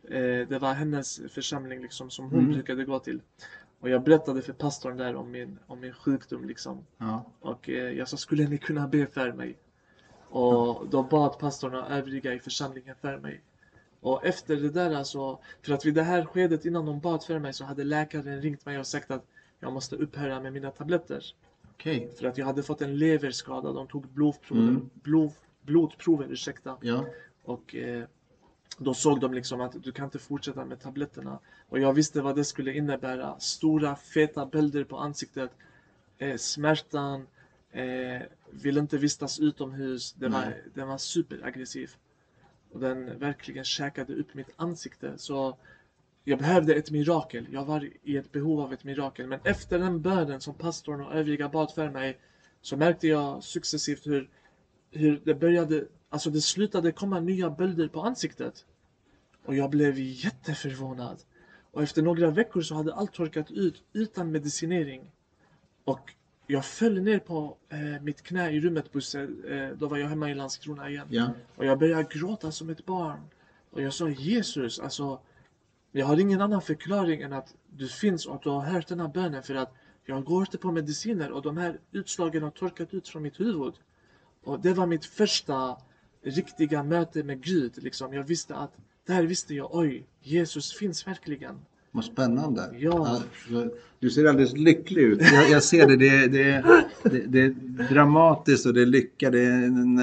Eh, det var hennes församling liksom, som hon Mm. brukade gå till. Och jag berättade för pastorn där om min, om min sjukdom liksom. Ja. Och eh, jag sa, skulle ni kunna be för mig? Och då bad pastorn och övriga i församlingen för mig. Och efter det där alltså, för att vid det här skedet innan de bad för mig så hade läkaren ringt mig och sagt att jag måste upphöra med mina tabletter. Okej. För att jag hade fått en leverskada, de tog blodprover, Mm. blod, blodprover, ursäkta. Ja. Och eh, då såg de liksom att du kan inte fortsätta med tabletterna. Och jag visste vad det skulle innebära. Stora feta bölder på ansiktet. Eh, smärtan. Eh, vill inte vistas utomhus. Det var, Nej. den var superaggressiv. Och den verkligen käkade upp mitt ansikte. Så jag behövde ett mirakel. Jag var i ett behov av ett mirakel. Men efter den bönen som pastorn och övriga bad för mig, så märkte jag successivt hur, hur det började, alltså det slutade komma nya bölder på ansiktet. Och jag blev jätteförvånad. Och efter några veckor så hade allt torkat ut utan medicinering. Och jag föll ner på eh, mitt knä i rummet, Bosse. Eh, då var jag hemma i Landskrona igen. Ja. Och jag började gråta som ett barn. Och jag sa, Jesus, alltså, jag har ingen annan förklaring än att du finns och att du har hört den här bönen. För att jag går inte på mediciner och de här utslagen har torkat ut från mitt huvud. Och det var mitt första riktiga möte med Gud. Liksom. Jag visste att, där visste jag, oj, Jesus finns verkligen. Vad spännande. Ja. så du ser alldeles lycklig ut. Jag, jag ser det. Det, det, det. det är dramatiskt och det är lycka. Det är en,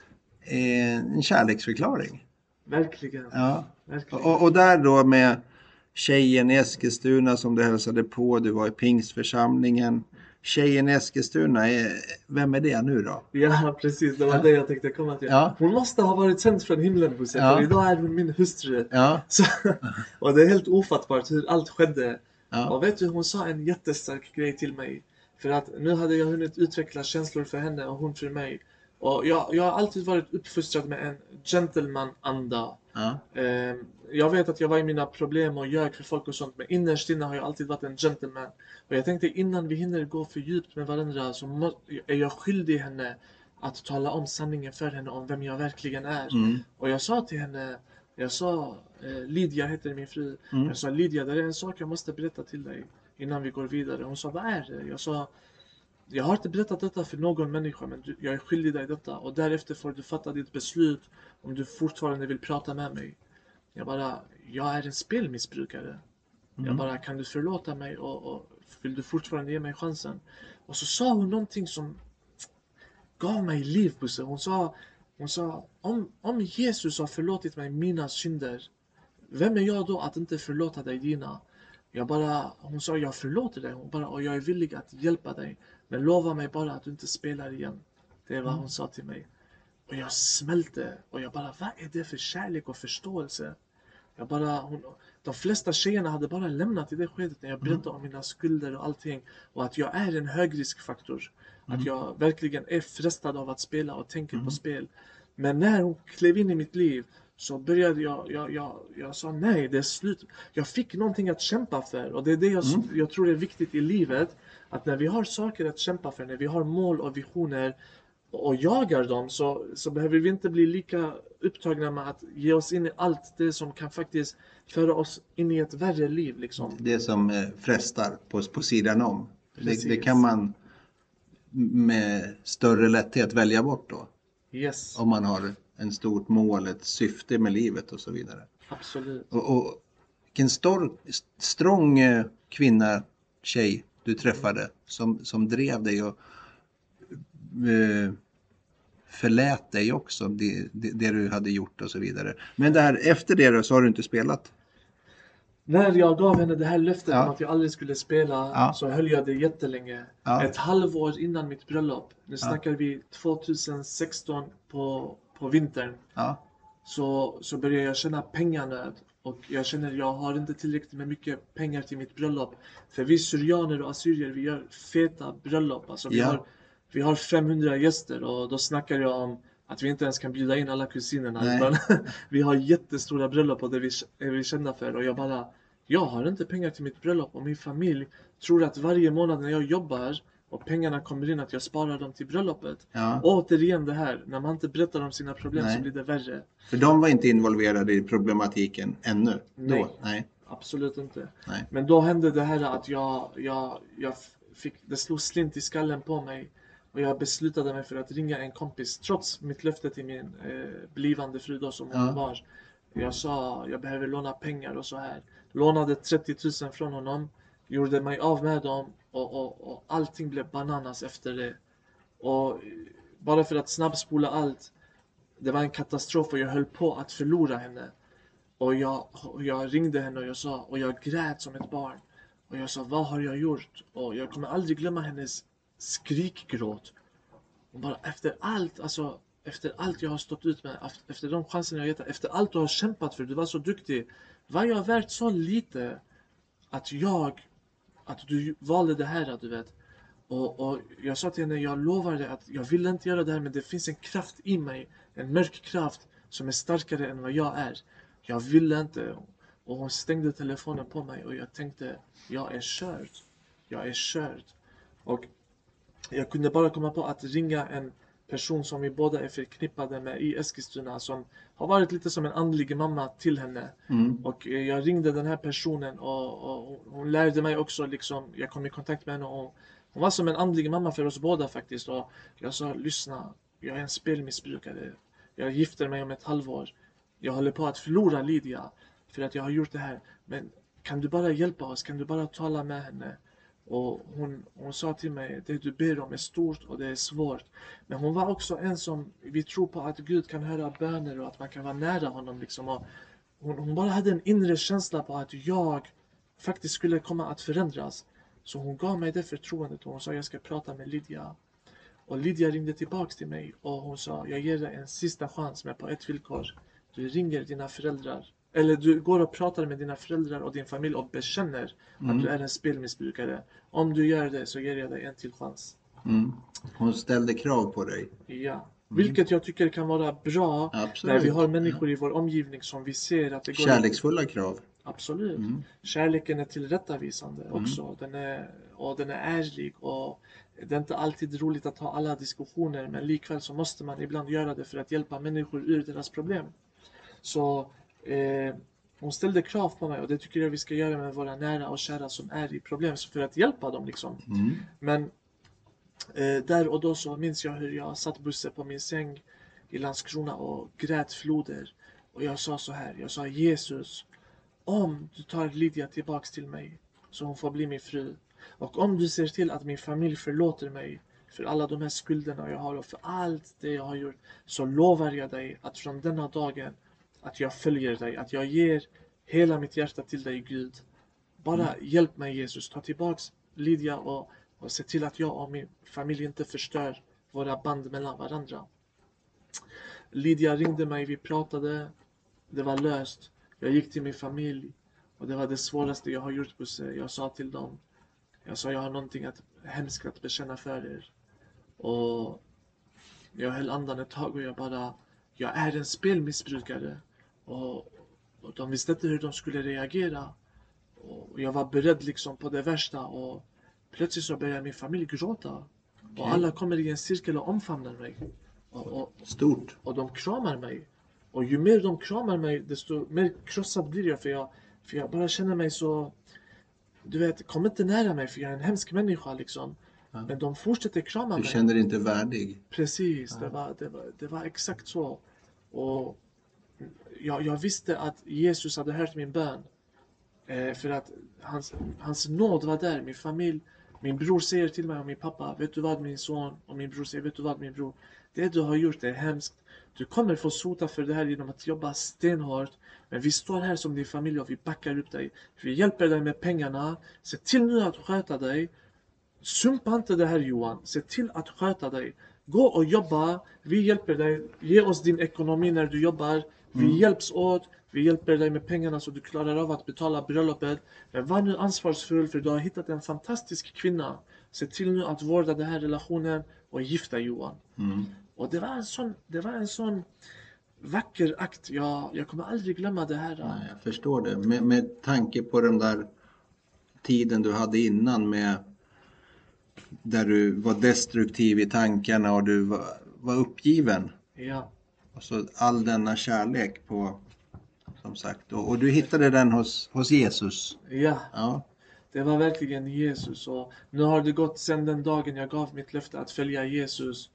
en, en kärleksförklaring. Verkligen. Ja. verkligen. Och, och där då med tjejen i Eskilstuna som du hälsade på. Du var i pingstförsamlingen. Tjejen i Eskilstuna, är, vem är det nu då? Ja, precis. Det var Ja. det jag tänkte komma till. Ja. Hon måste ha varit sänd från himlen, Bosse. Ja. För idag är hon min hustru. Ja. Så, och det är helt ofattbart hur allt skedde. Ja. Och vet du, hon sa en jättestark grej till mig. För att nu hade jag hunnit utveckla känslor för henne och hon för mig. Och jag, jag har alltid varit uppfostrad med en gentleman-anda. Ja. Ehm, Jag vet att jag var i mina problem och ljög för folk och sånt. Men innerst inne har jag alltid varit en gentleman. Och jag tänkte, innan vi hinner gå för djupt med varandra, så må, är jag skyldig henne att tala om sanningen för henne om vem jag verkligen är. Mm. Och jag sa till henne, jag sa, eh, Lydia heter min fru. Mm. Jag sa, Lydia, det är en sak jag måste berätta till dig innan vi går vidare. Hon sa, vad är det? Jag sa, jag har inte berättat detta för någon människa, men du, jag är skyldig dig detta. Och därefter får du fatta ditt beslut om du fortfarande vill prata med mig. Jag bara, jag är en spelmissbrukare. Mm. Jag bara, kan du förlåta mig och, och vill du fortfarande ge mig chansen? Och så sa hon någonting som gav mig liv, Bosse. Hon sa, hon sa om, om Jesus har förlåtit mig mina synder, vem är jag då att inte förlåta dig dina? Jag bara, hon sa, jag förlåter dig. Hon bara, och jag är villig att hjälpa dig. Men lova mig bara att du inte spelar igen. Det är vad hon sa till mig. Och jag smälte. Och jag bara, vad är det för kärlek och förståelse? Jag bara, hon, de flesta tjejerna hade bara lämnat i det skedet när jag berättade om mina skulder och allting. Och att jag är en högriskfaktor. Att jag verkligen är frestad av att spela och tänker på spel. Men när hon klev in i mitt liv så började jag, jag, jag, jag sa nej, det är slut. Jag fick någonting att kämpa för. Och det är det jag, Mm. jag tror är viktigt i livet. Att när vi har saker att kämpa för, när vi har mål och visioner och jagar dem, så, så behöver vi inte bli lika upptagna med att ge oss in i allt det som kan faktiskt föra oss in i ett värre liv. Liksom. Det som eh, frestar på, på sidan om. Det, Precis. det kan man med större lätthet välja bort då. Yes, Om man har en stort mål, ett syfte med livet och så vidare. absolut. Och, och vilken stor, strong eh, kvinna, tjej du träffade som, som drev dig och eh, förlät dig också, det, det, det du hade gjort och så vidare. Men där, efter det då, så har du inte spelat? När jag gav henne det här löftet Ja. om att jag aldrig skulle spela, Ja. så höll jag det jättelänge. Ja. Ett halvår innan mitt bröllop. Nu snackar vi tjugohundrasexton på, på vintern. Ja. Så, så började jag känna penganöd. Och jag känner jag har inte tillräckligt med mycket pengar till mitt bröllop. För vi syrianer och assyrier, vi gör feta bröllop. Alltså vi, Ja. har, vi har femhundra gäster och då snackar jag om att vi inte ens kan bjuda in alla kusinerna. Nej. Utan vi har jättestora bröllop och det vi, är vi kända för. Och jag bara, jag har inte pengar till mitt bröllop och min familj tror att varje månad när jag jobbar och pengarna kommer in att jag sparar dem till bröllopet. Ja. Återigen det här, när man inte berättar om sina problem Nej. så blir det värre. För de var inte involverade i problematiken ännu? Nej. Då? Nej. Absolut inte. Nej. Men då hände det här att jag, jag, jag fick, det slog slint i skallen på mig. Och jag beslutade mig för att ringa en kompis, trots mitt löfte till min eh, blivande fru då, som hon Ja. var. Jag sa, jag behöver låna pengar och så här. Lånade trettio tusen från honom, gjorde mig av med dem och, och, och allting blev bananas efter det. Och bara för att snabbspola allt, det var en katastrof och jag höll på att förlora henne. Och jag, och jag ringde henne och jag sa, och jag grät som ett barn. Och jag sa, vad har jag gjort? Och jag kommer aldrig glömma hennes skrikgråt. Och bara efter allt, alltså efter allt jag har stått ut med, efter de chanserna jag gett, efter allt du har kämpat för, du var så duktig. Var jag värt så lite att jag, att du valde det här, du vet. Och, och jag sa till henne, jag lovar dig att jag vill inte göra det här, men det finns en kraft i mig, en mörk kraft som är starkare än vad jag är. Jag ville inte. Och hon stängde telefonen på mig och jag tänkte, jag är körd. Jag är körd. Och jag kunde bara komma på att ringa en person som vi båda är förknippade med i Eskilstuna, som har varit lite som en andlig mamma till henne. Mm. Och jag ringde den här personen och, och hon lärde mig också, liksom, jag kom i kontakt med henne och hon var som en andlig mamma för oss båda faktiskt. Och jag sa, lyssna, jag är en spelmissbrukare. Jag gifter mig om ett halvår. Jag håller på att förlora Lydia för att jag har gjort det här. Men kan du bara hjälpa oss? Kan du bara tala med henne? Och hon, hon sa till mig, det du ber om är stort och det är svårt. Men hon var också en som, vi tror på att Gud kan höra böner och att man kan vara nära honom. Liksom. Och hon, hon bara hade en inre känsla på att jag faktiskt skulle komma att förändras. Så hon gav mig det förtroendet och hon sa, jag ska prata med Lydia. Och Lydia ringde tillbaks till mig och hon sa, jag ger dig en sista chans med på ett villkor. Du ringer dina föräldrar. Eller du går och pratar med dina föräldrar och din familj och bekänner Mm. att du är en spelmissbrukare. Om du gör det så ger jag dig en till chans. Mm. Hon ställde krav på dig. Ja. Vilket jag tycker kan vara bra. Absolut. När vi har människor i vår omgivning som vi ser att det går... Kärleksfulla krav. Absolut. Mm. Kärleken är tillrättavisande också. Den är, och den är ärlig. Och det är inte alltid roligt att ha alla diskussioner. Men likväl så måste man ibland göra det för att hjälpa människor ur deras problem. Så eh, hon ställde krav på mig. Och det tycker jag vi ska göra med våra nära och kära som är i problem. Så för att hjälpa dem liksom. Mm. Men eh, där och då så minns jag hur jag satt bussen på min säng i Landskrona och grät floder. Och jag sa så här. Jag sa, Jesus, om du tar Lydia tillbaks till mig så hon får bli min fru. Och om du ser till att min familj förlåter mig för alla de här skulderna jag har och för allt det jag har gjort, så lovar jag dig att från denna dagen att jag följer dig, att jag ger hela mitt hjärta till dig, Gud. Bara mm. hjälp mig, Jesus, ta tillbaks Lydia och, och se till att jag och min familj inte förstör våra band mellan varandra. Lydia ringde mig, vi pratade, det var löst. Jag gick till min familj och det var det svåraste jag har gjort, Busse. Jag sa till dem, jag sa, jag har någonting att, hemskt att bekänna för er. Och jag höll andan ett tag och jag bara, jag är en spelmissbrukare. Och, och de visste inte hur de skulle reagera. Och jag var beredd liksom på det värsta. Och plötsligt så började min familj gråta. Okay. Och alla kommer i en cirkel och omfamnar mig. Och, och, Stort. Och de kramar mig. Och ju mer de kramar mig, desto mer krossad blir jag. För jag, för jag bara känner mig så... Du vet, kom inte nära mig för jag är en hemsk människa liksom. Ja. Men de fortsätter krama du mig. Du känner dig inte värdig. Precis, ja. det, var, det, var, det var exakt så. Och jag, jag visste att Jesus hade hört min bön. Eh, för att hans, hans nåd var där, min familj. Min bror säger till mig och min pappa, vet du vad min son? Och min bror säger, vet du vad min bror? Det du har gjort är hemskt. Du kommer få sota för det här genom att jobba stenhårt. Men vi står här som din familj och vi backar upp dig. Vi hjälper dig med pengarna. Se till nu att sköta dig. Sumpa inte det här, Johan. Se till att sköta dig. Gå och jobba. Vi hjälper dig. Ge oss din ekonomi när du jobbar. Vi mm. hjälps åt. Vi hjälper dig med pengarna så du klarar av att betala bröllopet. Men var nu ansvarsfull för du har hittat en fantastisk kvinna. Se till nu att vårda den här relationen och gifta Johan. Mm. Och det var en sån, det var en sån vacker akt. Jag, jag kommer aldrig glömma det här. Nej, jag förstår det. Med, med tanke på den där tiden du hade innan med där du var destruktiv i tankarna och du var, var uppgiven. Ja, Och så all denna kärlek på, som sagt. Och, och du hittade den hos, hos Jesus. ja. Ja, Det var verkligen Jesus, och nu har det gått sedan den dagen jag gav mitt löfte att följa Jesus.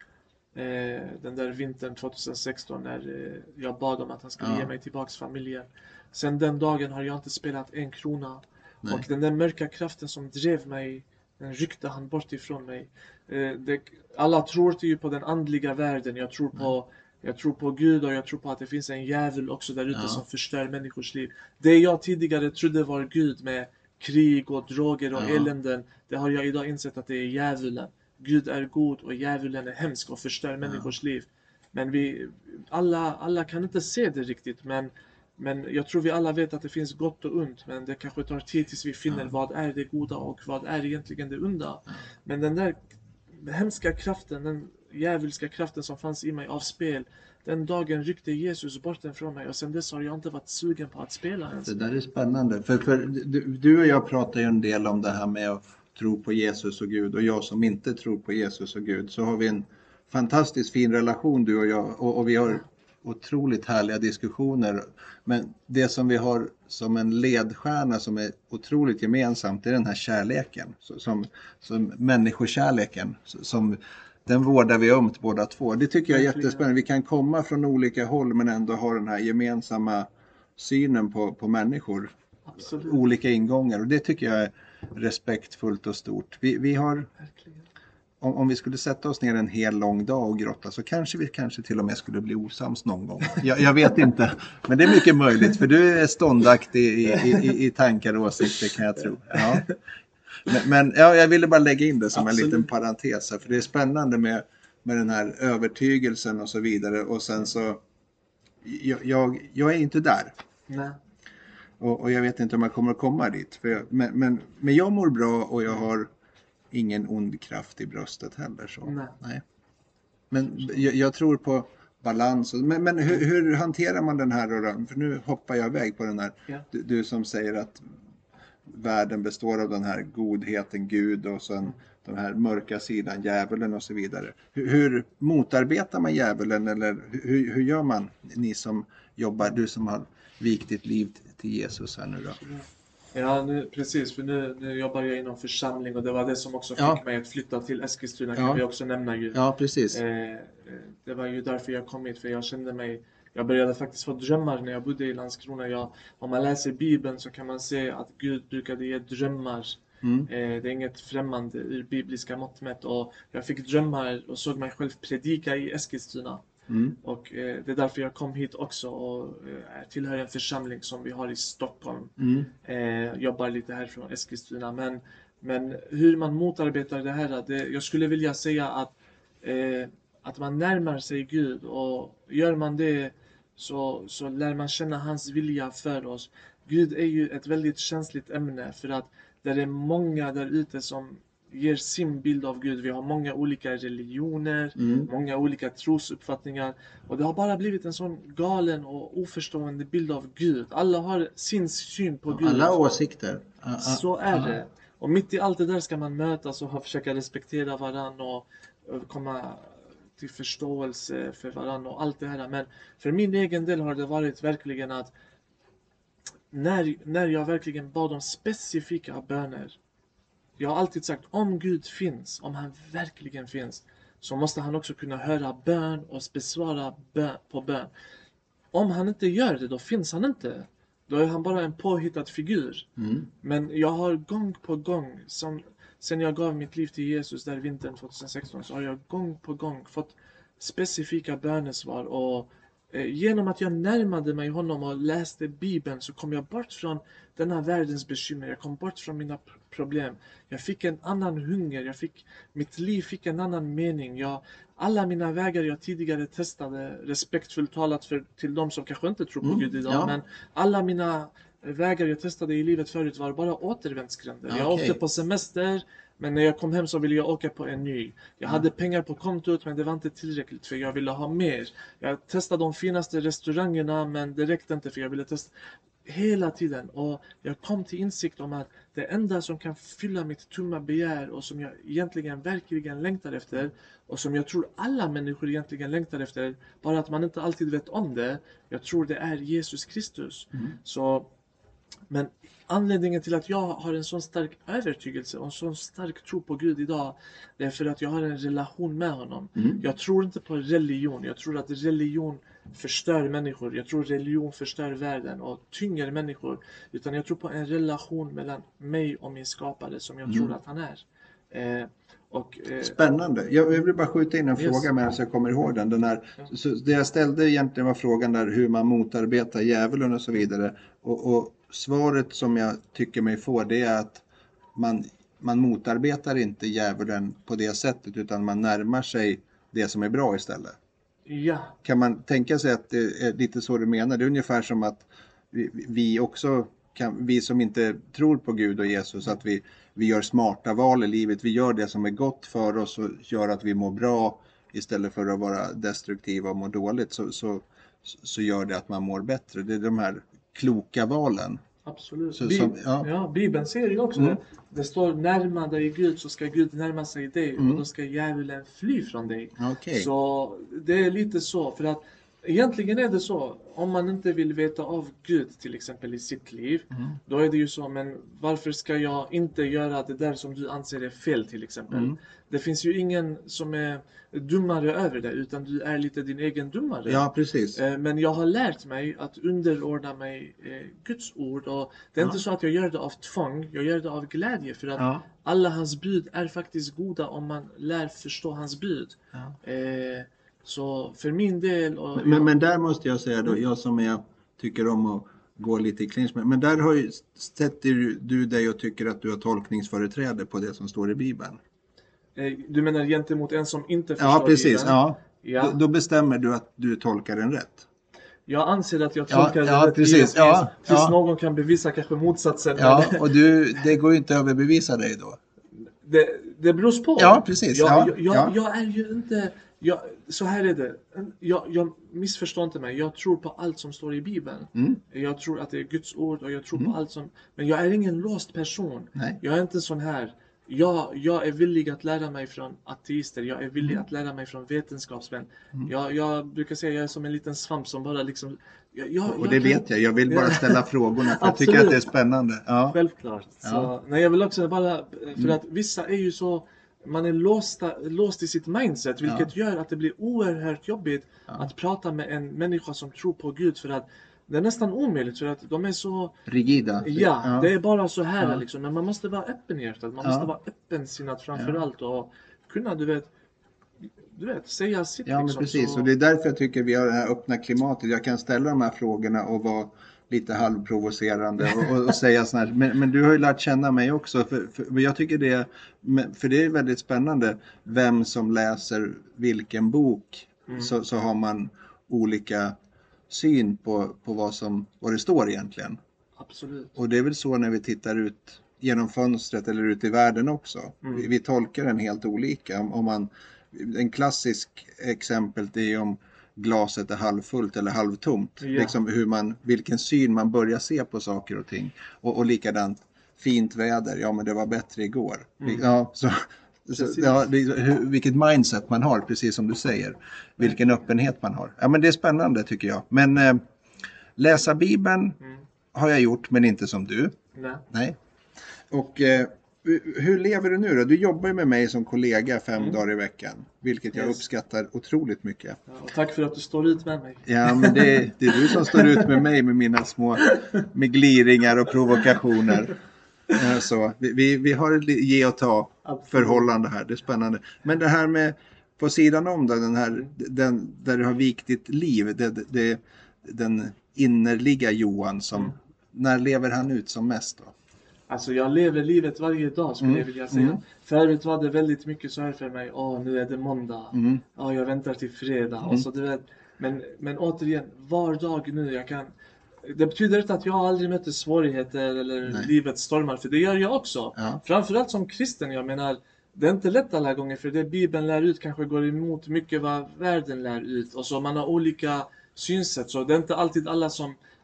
Eh, den där vintern tjugohundrasexton när eh, jag bad om att han skulle Ja. ge mig tillbaks familjen. Sen den dagen har jag inte spelat en krona. Nej. Och den där mörka kraften som drev mig, den ryckte han bort ifrån mig. Eh, det, alla tror ju på den andliga världen. Jag tror på, jag tror på Gud, och jag tror på att det finns en djävul också där ute Ja. som förstör människors liv. Det jag tidigare trodde var Gud med krig och droger och Ja. eländen, det har jag idag insett att det är djävulen. Gud är god och djävulen är hemsk och förstör människors liv. Men vi alla, alla kan inte se det riktigt, men, men jag tror vi alla vet att det finns gott och ont, men det kanske tar tid tills vi finner Ja. vad är det goda och vad är egentligen det onda. Men den där hemska kraften, den djävulska kraften som fanns i mig av spel, den dagen ryckte Jesus bort den från mig, och sen dess har jag inte varit sugen på att spela ens. det där är spännande. För, för du, du och jag pratar ju en del om det här med att tro på Jesus och Gud. Och jag som inte tror på Jesus och Gud, så har vi en fantastiskt fin relation du och jag. Och, och vi har otroligt härliga diskussioner. Men det som vi har som en ledstjärna som är otroligt gemensamt, det är den här kärleken. Så- Som, som människokärleken. Så- Som, den vårdar vi ömt båda två. Det tycker jag är Verkligen. jättespännande. Vi kan komma från olika håll men ändå ha den här gemensamma synen på, på människor. Absolut. Olika ingångar. Och det tycker jag är respektfullt och stort. Vi, vi har, Verkligen. om, om vi skulle sätta oss ner en hel lång dag och grotta, så kanske vi kanske till och med skulle bli osams någon gång. Jag, jag vet inte. Men det är mycket möjligt. För du är ståndaktig i, i, i, i tankar och åsikter, kan jag tro. Ja. Men, men ja, jag ville bara lägga in det som Absolut. en liten parentes här, för det är spännande med, med den här övertygelsen och så vidare. Och sen så, jag, jag, jag är inte där. Nej. Och, och jag vet inte om jag kommer att komma dit. För jag, men, men, men jag mår bra och jag har ingen ond kraft i bröstet heller. Så. Nej. Men jag, jag tror på balans. Och, men men hur, hur hanterar man den här då? För nu hoppar jag iväg på den här. Ja. Du, du som säger att världen består av den här godheten, Gud, och sen den här mörka sidan, djävulen och så vidare. Hur, hur motarbetar man djävulen, eller hur, hur gör man, ni som jobbar, du som har vikt ditt liv till Jesus här nu då? Ja, nu, precis. För nu, nu jobbar jag inom församling, och det var det som också fick Ja. mig att flytta till Eskilstuna, Ja. kan vi också nämna ju. Ja, precis. Eh, eh, det var ju därför jag kom hit, för jag kände mig, jag började faktiskt få drömmar när jag bodde i Landskrona. Jag, om man läser Bibeln så kan man se att Gud brukade ge drömmar. Mm. Eh, det är inget främmande ur bibliska mått mätt, och jag fick drömmar och såg mig själv predika i Eskilstuna. Mm. Och eh, det är därför jag kom hit också, och eh, tillhör en församling som vi har i Stockholm. Mm. Eh, jobbar lite här från Eskilstuna. Men, men hur man motarbetar det här, det, jag skulle vilja säga att, eh, att man närmar sig Gud, och gör man det så, så lär man känna hans vilja för oss. Gud är ju ett väldigt känsligt ämne, för att det är många där ute som ger sin bild av Gud. Vi har många olika religioner, Mm. många olika trosuppfattningar, och det har bara blivit en sån galen och oförstående bild av Gud. Alla har sin syn på Gud. Alla åsikter. Ah, ah, Så är ah. det. Och mitt i allt det där ska man mötas och försöka respektera varandra och och komma till förståelse för varandra och allt det här. Men för min egen del har det varit verkligen att när, när jag verkligen bad om specifika böner. Jag har alltid sagt, om Gud finns, om han verkligen finns, så måste han också kunna höra bön och besvara bön på bön. Om han inte gör det, då finns han inte. Då är han bara en påhittad figur. Mm. Men jag har gång på gång, som, sen jag gav mitt liv till Jesus där vintern tjugohundrasexton, så har jag gång på gång fått specifika bönesvar. Och eh, genom att jag närmade mig honom och läste Bibeln, så kom jag bort från denna världens bekymmer. Jag kom bort från mina p- problem. Jag fick en annan hunger. Jag fick, mitt liv fick en annan mening. Jag, alla mina vägar jag tidigare testade, respektfullt talat för, till de som kanske inte tror på Mm, Gud idag, ja. men alla mina vägar jag testade i livet förut var bara återvändsgränder. Jag Okej. åkte på semester, men när jag kom hem så ville jag åka på en ny. Jag hade pengar på kontot, men det var inte tillräckligt, för jag ville ha mer. Jag testade de finaste restaurangerna, men det räckte inte, för jag ville testa. Hela tiden. Och jag kom till insikt om att det enda som kan fylla mitt tomma begär och som jag egentligen verkligen längtar efter och som jag tror alla människor egentligen längtar efter, bara att man inte alltid vet om det, jag tror det är Jesus Kristus. Mm. Så, men anledningen till att jag har en sån stark övertygelse och en sån stark tro på Gud idag, det är för att jag har en relation med honom. Mm. Jag tror inte på religion. Jag tror att religion förstör människor. Jag tror religion förstör världen och tynger människor. Utan jag tror på en relation mellan mig och min skapare som jag Mm. tror att han är. Eh, och, eh, Spännande. Jag jag vill bara skjuta in en Yes. fråga med så jag kommer ihåg den. den här, Ja. så det jag ställde egentligen var frågan där hur man motarbetar djävulen och så vidare. Och, och svaret som jag tycker mig få, det är att man, man motarbetar inte djävulen på det sättet utan man närmar sig det som är bra istället. ja, Kan man tänka sig att det är lite så du menar? Det är ungefär som att vi, vi också kan, vi som inte tror på Gud och Jesus, att vi, vi gör smarta val i livet. Vi gör det som är gott för oss och gör att vi mår bra istället för att vara destruktiva och må dåligt. Så, så, så gör det att man mår bättre. Det är de här kloka valen. absolut. Så- Bi- som- ja. ja, Bibeln säger ju också Mm. det. Det står närma dig Gud så ska Gud närma sig dig Mm. och då ska djävulen fly från dig. Okej. Så det är lite så, för att egentligen är det så, om man inte vill veta av Gud till exempel i sitt liv, Mm. då är det ju så, men varför ska jag inte göra det där som du anser är fel till exempel? Mm. Det finns ju ingen som är dummare över det, utan du är lite din egen dummare. Ja, precis. Eh, Men jag har lärt mig att underordna mig eh, Guds ord, och det är Ja. inte så att jag gör det av tvång, jag gör det av glädje, för att Ja. alla hans bud är faktiskt goda om man lär förstå hans bud. Ja. Eh, så för min del... Och Men, men där måste jag säga då, jag som är, tycker om att gå lite i clinch med, men där har ju, sätter ju du dig och tycker att du har tolkningsföreträde på det som står i Bibeln. eh, du menar gentemot en som inte förstår Ja, precis. Bibeln? Ja. Ja. Då, då bestämmer du att du tolkar den rätt. Jag anser att jag Ja, tolkar ja, det rätt precis. givetvis, Ja, tills ja. någon kan bevisa kanske motsatsen. Ja, Men och du, det går ju inte att överbevisa dig då. det, det beror på. Ja, precis. Jag, Ja, jag, jag, ja. jag är ju inte... Jag, så här är det. Jag, jag missförstår inte mig. Jag tror på allt som står i Bibeln. Mm. Jag tror att det är Guds ord och jag tror Mm. på allt som... Men jag är ingen låst person. Nej. Jag är inte sån här. Jag, jag är villig att lära mig från ateister. Jag är villig Mm. att lära mig från vetenskapsmän. Mm. Jag, jag brukar säga att jag är som en liten svamp som bara liksom... Jag, jag, Och jag det kan- vet jag. Jag vill bara Ja. ställa frågorna för jag Absolut. tycker att det är spännande. Ja. Självklart. Ja. Så, nej, jag vill också bara, för Mm. att vissa är ju så, man är låsta, låst i sitt mindset, vilket gör att det blir oerhört jobbigt Ja. att prata med en människa som tror på Gud, för att det är nästan omöjligt, för att de är så, Rigida. ja, det är bara så här Ja. liksom, men man måste vara öppen i hjärtat, man Ja. måste vara öppensinnad framför Ja. allt och kunna, du vet, du vet, säga sitt Ja, men liksom. precis. Så, Och det är därför jag tycker vi har det här öppna klimatet. Jag kan ställa de här frågorna och vara lite halvprovocerande och, och, och säga såna här. Men, men du har ju lärt känna mig också. För, för, för jag tycker det, för det är väldigt spännande vem som läser vilken bok. Mm. Så, så har man olika syn på, på vad, som, vad det står egentligen. absolut. Och det är väl så när vi tittar ut genom fönstret eller ut i världen också. Mm. Vi, vi tolkar den helt olika. Om, om man, en klassisk exempel det är om glaset är halvfullt eller halvtomt. Ja. Liksom hur man, vilken syn man börjar se på saker och ting. Och, och likadant, fint väder, ja men det var bättre igår. Mm. Ja, så, så, Precis. ja, det, hur, vilket mindset man har, precis som du säger. Vilken öppenhet man har. Ja men det är spännande tycker jag. Men eh, läsa Bibeln Mm. har jag gjort men inte som du. Nej. Nej. Och eh, hur lever du nu då? Du jobbar ju med mig som kollega fem Mm. dagar i veckan. Vilket jag Yes. uppskattar otroligt mycket. Ja, och tack för att du står ut med mig. Ja, men det, det är du som står ut med mig med mina små med gliringar och provokationer. Eh, Så, vi, vi, vi har ett li- ge och ta Absolut. förhållande här. Det är spännande. Men det här med på sidan om då, den här, den, där du har vikt ditt liv. Det, det, det, den innerliga Johan som, Mm. när lever han ut som mest då? Alltså jag lever livet varje dag skulle Mm, jag vilja säga. mm. Förut var det väldigt mycket så här för mig. Åh, nu är det måndag. Mm. Ja, jag väntar till fredag. Mm. Och så, du vet, men, men återigen, var dag nu jag kan... Det betyder inte att jag aldrig möter svårigheter eller Nej. livets stormar. För det gör jag också. Ja. Framförallt som kristen, jag menar. Det är inte lätt alla gånger, för det Bibeln lär ut kanske går emot mycket vad världen lär ut. Och så man har olika synsätt. Så det är inte alltid alla som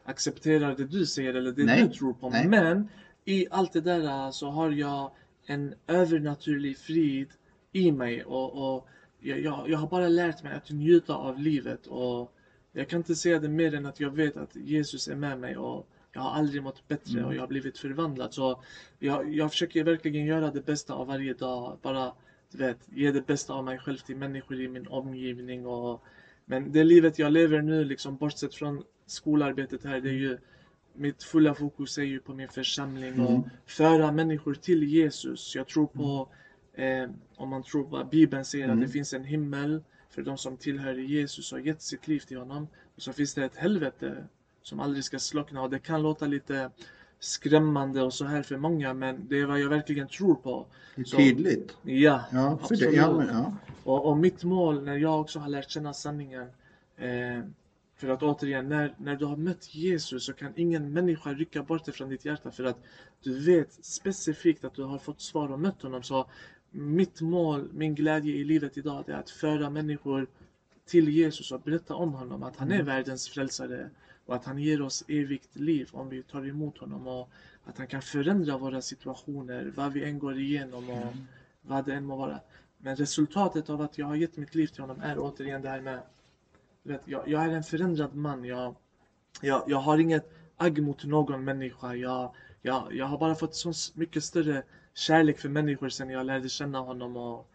accepterar det du säger eller det Nej. du tror på. Nej. Men i allt det där så har jag en övernaturlig frid i mig. Och, och jag, jag, jag har bara lärt mig att njuta av livet. Och jag kan inte säga det mer än att jag vet att Jesus är med mig. Och jag har aldrig mått bättre Mm. och jag har blivit förvandlad. Så jag, jag försöker verkligen göra det bästa av varje dag. Bara, du vet, ge det bästa av mig själv till människor i min omgivning. Och, men det livet jag lever nu, liksom, bortsett från skolarbetet här, det är ju mitt fulla fokus är ju på min församling Mm. och föra människor till Jesus. Jag tror på, eh, om man tror på vad Bibeln säger, Mm. att det finns en himmel för de som tillhör Jesus och gett sitt liv till honom. Och så finns det ett helvete som aldrig ska slockna. Och det kan låta lite skrämmande och så här för många, men det är vad jag verkligen tror på. Det är Så- tydligt. Ja, Ja, för det, absolut. ja, men, ja. Och, och mitt mål när jag också har lärt känna sanningen, eh, för att återigen, när, när du har mött Jesus så kan ingen människa rycka bort det från ditt hjärta, för att du vet specifikt att du har fått svar och mött honom. Så mitt mål, min glädje i livet idag, det är att föra människor till Jesus och berätta om honom, att han är världens frälsare och att han ger oss evigt liv om vi tar emot honom, och att han kan förändra våra situationer, vad vi än går igenom och vad det än må vara. Men resultatet av att jag har gett mitt liv till honom är återigen det här med, du vet, jag, jag är en förändrad man. Jag, jag, jag har inget agg mot någon människa. Jag, jag, jag har bara fått så mycket större kärlek för människor sen jag lärde känna honom. Och,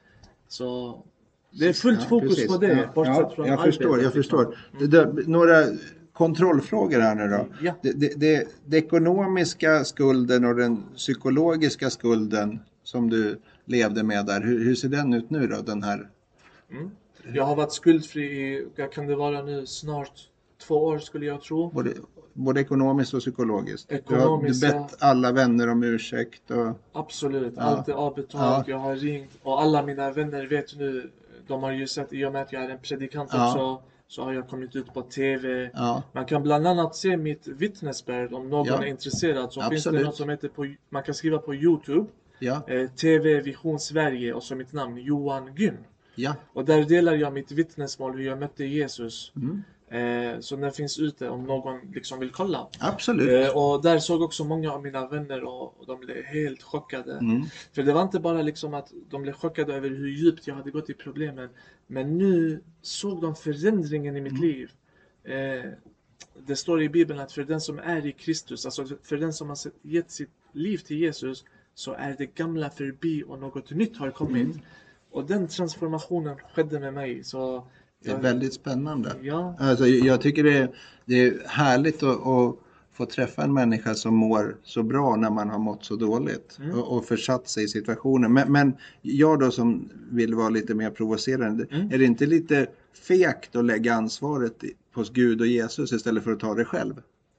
så det är fullt Ja, fokus precis. på det, Ja, bortsett ja, från jag förstår, arbetet, jag liksom. förstår. Det där, några kontrollfrågor här nu då. Ja. Det, det, det, det ekonomiska skulden och den psykologiska skulden som du levde med där, hur, hur ser den ut nu då, den här? Mm. Jag har varit skuldfri i, vad kan det vara nu, snart två år skulle jag tro. Både, både ekonomiskt och psykologiskt. Ekonomiskt, du har du bett alla vänner om ursäkt och... Absolut, Ja. allt är avbetalt. Ja. Jag har ringt och alla mina vänner vet nu, de har ju sett, i och med att jag är en predikant Ja. också, så har jag kommit ut på T V. Ja, Man kan bland annat se mitt vittnesbörd om någon Ja. är intresserad. Så finns det Absolut. något som heter på, man kan skriva på YouTube, ja, eh, T V Vision Sverige, och så mitt namn, Johan Gyn. ja. Och där delar jag mitt vittnesmål hur jag mötte Jesus. Mm. Eh, så den finns ute om någon liksom vill kolla. Absolut. Eh, och där såg också många av mina vänner och, och de blev helt chockade. Mm. För det var inte bara liksom att de blev chockade över hur djupt jag hade gått i problemen. Men nu såg de förändringen i mitt Mm. liv. Eh, det står i Bibeln att för den som är i Kristus, alltså för den som har gett sitt liv till Jesus, så är det gamla förbi och något nytt har kommit. Mm. Och den transformationen skedde med mig. Så Det är väldigt spännande. Ja, Alltså, jag tycker det är, det är härligt att, att få träffa en människa som mår så bra när man har mått så dåligt Mm. och, och försatt sig i situationen. Men, men jag då som vill vara lite mer provocerande, Mm. är det inte lite fegt att lägga ansvaret i- hos Gud och Jesus istället för att ta det själv?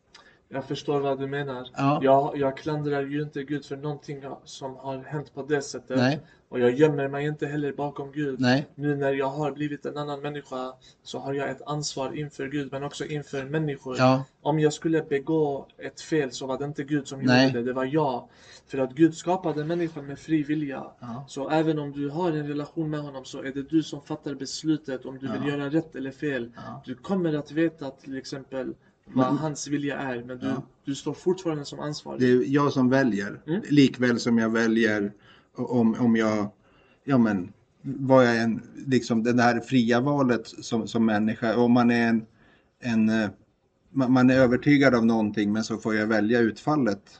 jag förstår vad du menar. Ja. Jag, jag klandrar ju inte Gud för någonting som har hänt på det sättet. Nej, Och jag gömmer mig inte heller bakom Gud. nej, Nu när jag har blivit en annan människa så har jag ett ansvar inför Gud, men också inför människor. ja, Om jag skulle begå ett fel så var det inte Gud som Nej. gjorde det, det var jag. För att Gud skapade människan med fri vilja. ja, Så även om du har en relation med honom så är det du som fattar beslutet om du vill Ja. göra rätt eller fel. ja. Du kommer att veta till exempel vad Men- hans vilja är, men du, Ja. du står fortfarande som ansvarig. Det är jag som väljer, Mm. likväl som jag väljer om, om jag, ja men, vad jag än, liksom det här fria valet som, som människa, om man är en, en eh, man man är övertygad av någonting men så får jag välja utfallet.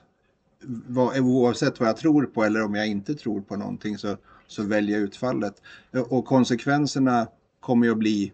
Vad, oavsett vad jag tror på eller om jag inte tror på någonting så, så väljer jag utfallet. Och konsekvenserna kommer ju att bli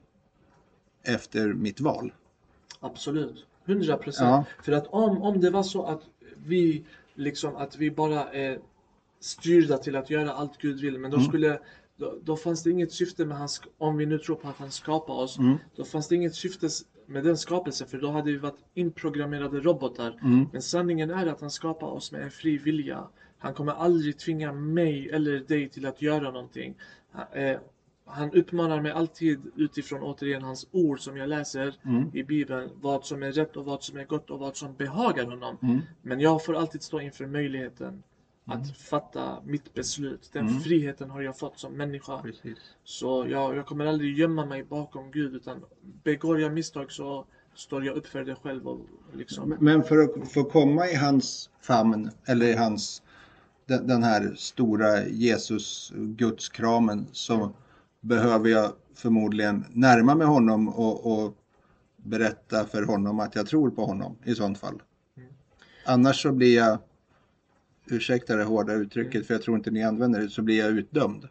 efter mitt val. Absolut, hundra procent. Ja. För att om, om det var så att vi liksom att vi bara är styrda till att göra allt Gud vill, men då Mm. skulle då, då fanns det inget syfte med hans, om vi nu tror på att han skapar oss, Mm. då fanns det inget syfte med den skapelsen, för då hade vi varit inprogrammerade robotar. Mm. Men sanningen är att han skapar oss med en fri vilja. Han kommer aldrig tvinga mig eller dig till att göra någonting. Han, eh, han uppmanar mig alltid utifrån återigen hans ord som jag läser Mm. i Bibeln, vad som är rätt och vad som är gott och vad som behagar honom. Mm. Men jag får alltid stå inför möjligheten att fatta mitt beslut. Den Mm. friheten har jag fått som människa. Precis. Så jag, jag kommer aldrig gömma mig bakom Gud, utan begår jag misstag så står jag upp för det själv. Och liksom. Men för att få komma i hans famn, eller i hans, den, den här stora Jesus gudskramen, så behöver jag förmodligen närma mig honom och, och berätta för honom att jag tror på honom i sånt fall. Mm. Annars så blir jag, ursäkta det hårda uttrycket, mm. för jag tror inte ni använder det, så blir jag utdömd.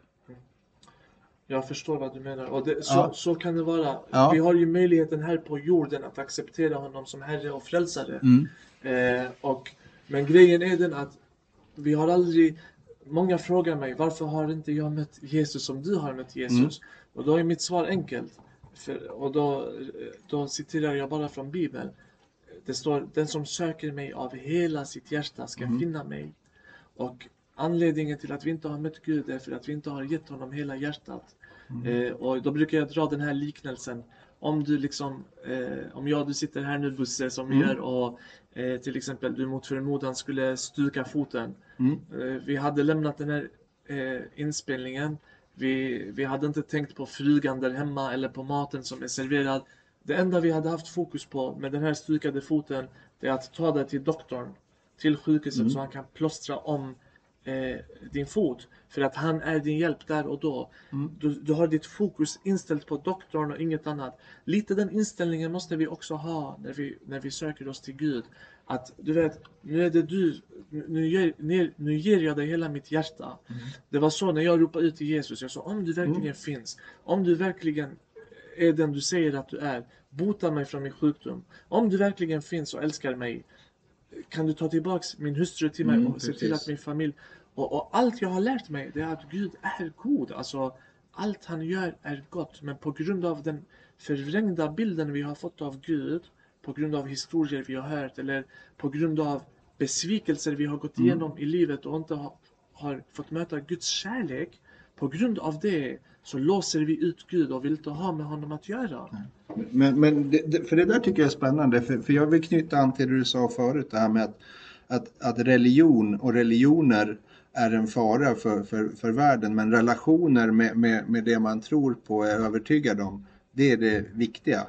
Jag förstår vad du menar. Och det, så, ja. så kan det vara. Ja. Vi har ju möjligheten här på jorden att acceptera honom som Herre och frälsare. Mm. Eh, och, men grejen är den att vi har aldrig... Många frågar mig, varför har inte jag mött Jesus som du har mött Jesus? Mm. Och då är mitt svar enkelt. För, och då, då citerar jag bara från Bibeln. Det står, den som söker mig av hela sitt hjärta ska mm. finna mig. Och anledningen till att vi inte har mött Gud är för att vi inte har gett honom hela hjärtat. Mm. Eh, och då brukar jag dra den här liknelsen. Om du liksom, eh, om jag du sitter här nu Busse som mm. gör och eh, till exempel du mot förmodan skulle stuka foten. Mm. Eh, vi hade lämnat den här eh, inspelningen. Vi, vi hade inte tänkt på frugan där hemma eller på maten som är serverad. Det enda vi hade haft fokus på med den här stukade foten, det är att ta det till doktorn, till sjukhuset mm. så han kan plåstra om eh, din fot. För att han är din hjälp där och då. Mm. Du, du har ditt fokus inställt på doktorn och inget annat. Lite den inställningen måste vi också ha när vi, när vi söker oss till Gud. Att du vet, nu är det du, nu ger, nu, nu ger jag dig hela mitt hjärta. Mm. Det var så när jag ropade ut till Jesus. Jag sa, om du verkligen mm. finns, om du verkligen är den du säger att du är, bota mig från min sjukdom. Om du verkligen finns och älskar mig, kan du ta tillbaks min hustru till mig mm, och se till att min familj... Och, och allt jag har lärt mig, det är att Gud är god. Alltså, allt han gör är gott. Men på grund av den förvrängda bilden vi har fått av Gud, på grund av historier vi har hört, eller på grund av besvikelser vi har gått igenom mm. i livet och inte har, har fått möta Guds kärlek, på grund av det så låser vi ut Gud och vill inte ha med honom att göra. Men, men det, för det där tycker jag är spännande, för, för jag vill knyta an till det du sa förut, det här med att, att, att religion och religioner är en fara för, för, för världen, men relationer med, med, med det man tror på, är övertygad om, det är det viktiga.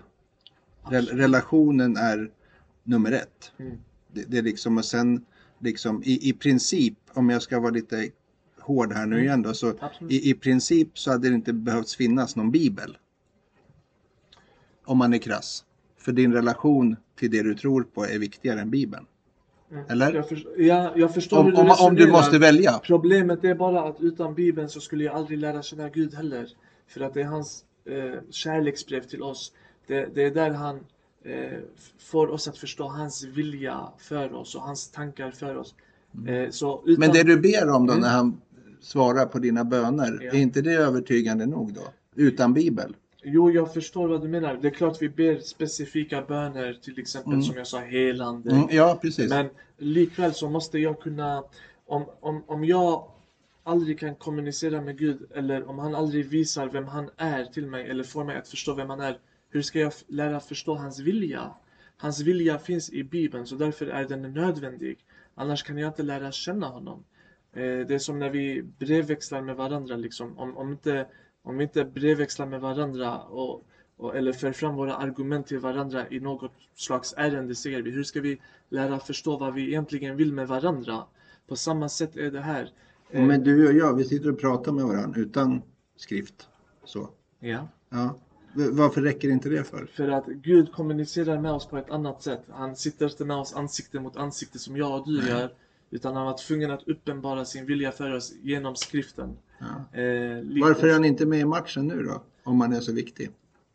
Re, relationen är nummer ett. Mm. Det, det är liksom, och sen liksom i, i princip, om jag ska vara lite hård här nu mm. igen då, så i, i princip så hade det inte behövts finnas någon bibel. Om man är krass. För din relation till det du tror på är viktigare än bibeln. Eller? Jag, för, ja, jag förstår om, hur du om, om du måste välja. Problemet är bara att utan Bibeln så skulle jag aldrig lära känna Gud heller. För att det är hans eh, kärleksbrev till oss. Det, det är där han eh, får oss att förstå hans vilja för oss och hans tankar för oss. Eh, så utan... Men det du ber om då mm. när han svarar på dina böner, ja. Är inte det övertygande nog då? Utan Bibel? Jo, jag förstår vad du menar. Det är klart vi ber specifika böner, till exempel mm. som jag sa, helande. Mm, ja, precis. Men likväl så måste jag kunna, om, om, om jag aldrig kan kommunicera med Gud, eller om han aldrig visar vem han är till mig, eller får mig att förstå vem han är, hur ska jag lära förstå hans vilja? Hans vilja finns i Bibeln, så därför är den nödvändig. Annars kan jag inte lära känna honom. Eh, det är som när vi brevväxlar med varandra. Liksom. Om, om, inte, om vi inte brevväxlar med varandra och, och, eller för fram våra argument till varandra i något slags ärende, säger vi. Hur ska vi lära förstå vad vi egentligen vill med varandra? På samma sätt är det här. Eh, Men du och jag, vi sitter och pratar med varandra utan skrift. Så. Ja. Ja. Varför räcker inte det för? För att Gud kommunicerar med oss på ett annat sätt. Han sitter inte med oss ansikte mot ansikte som jag och du Nej. gör. Utan han var tvungen att uppenbara sin vilja för oss genom skriften. Ja. Eh, Varför är han inte med i matchen nu då? Om han är så viktig.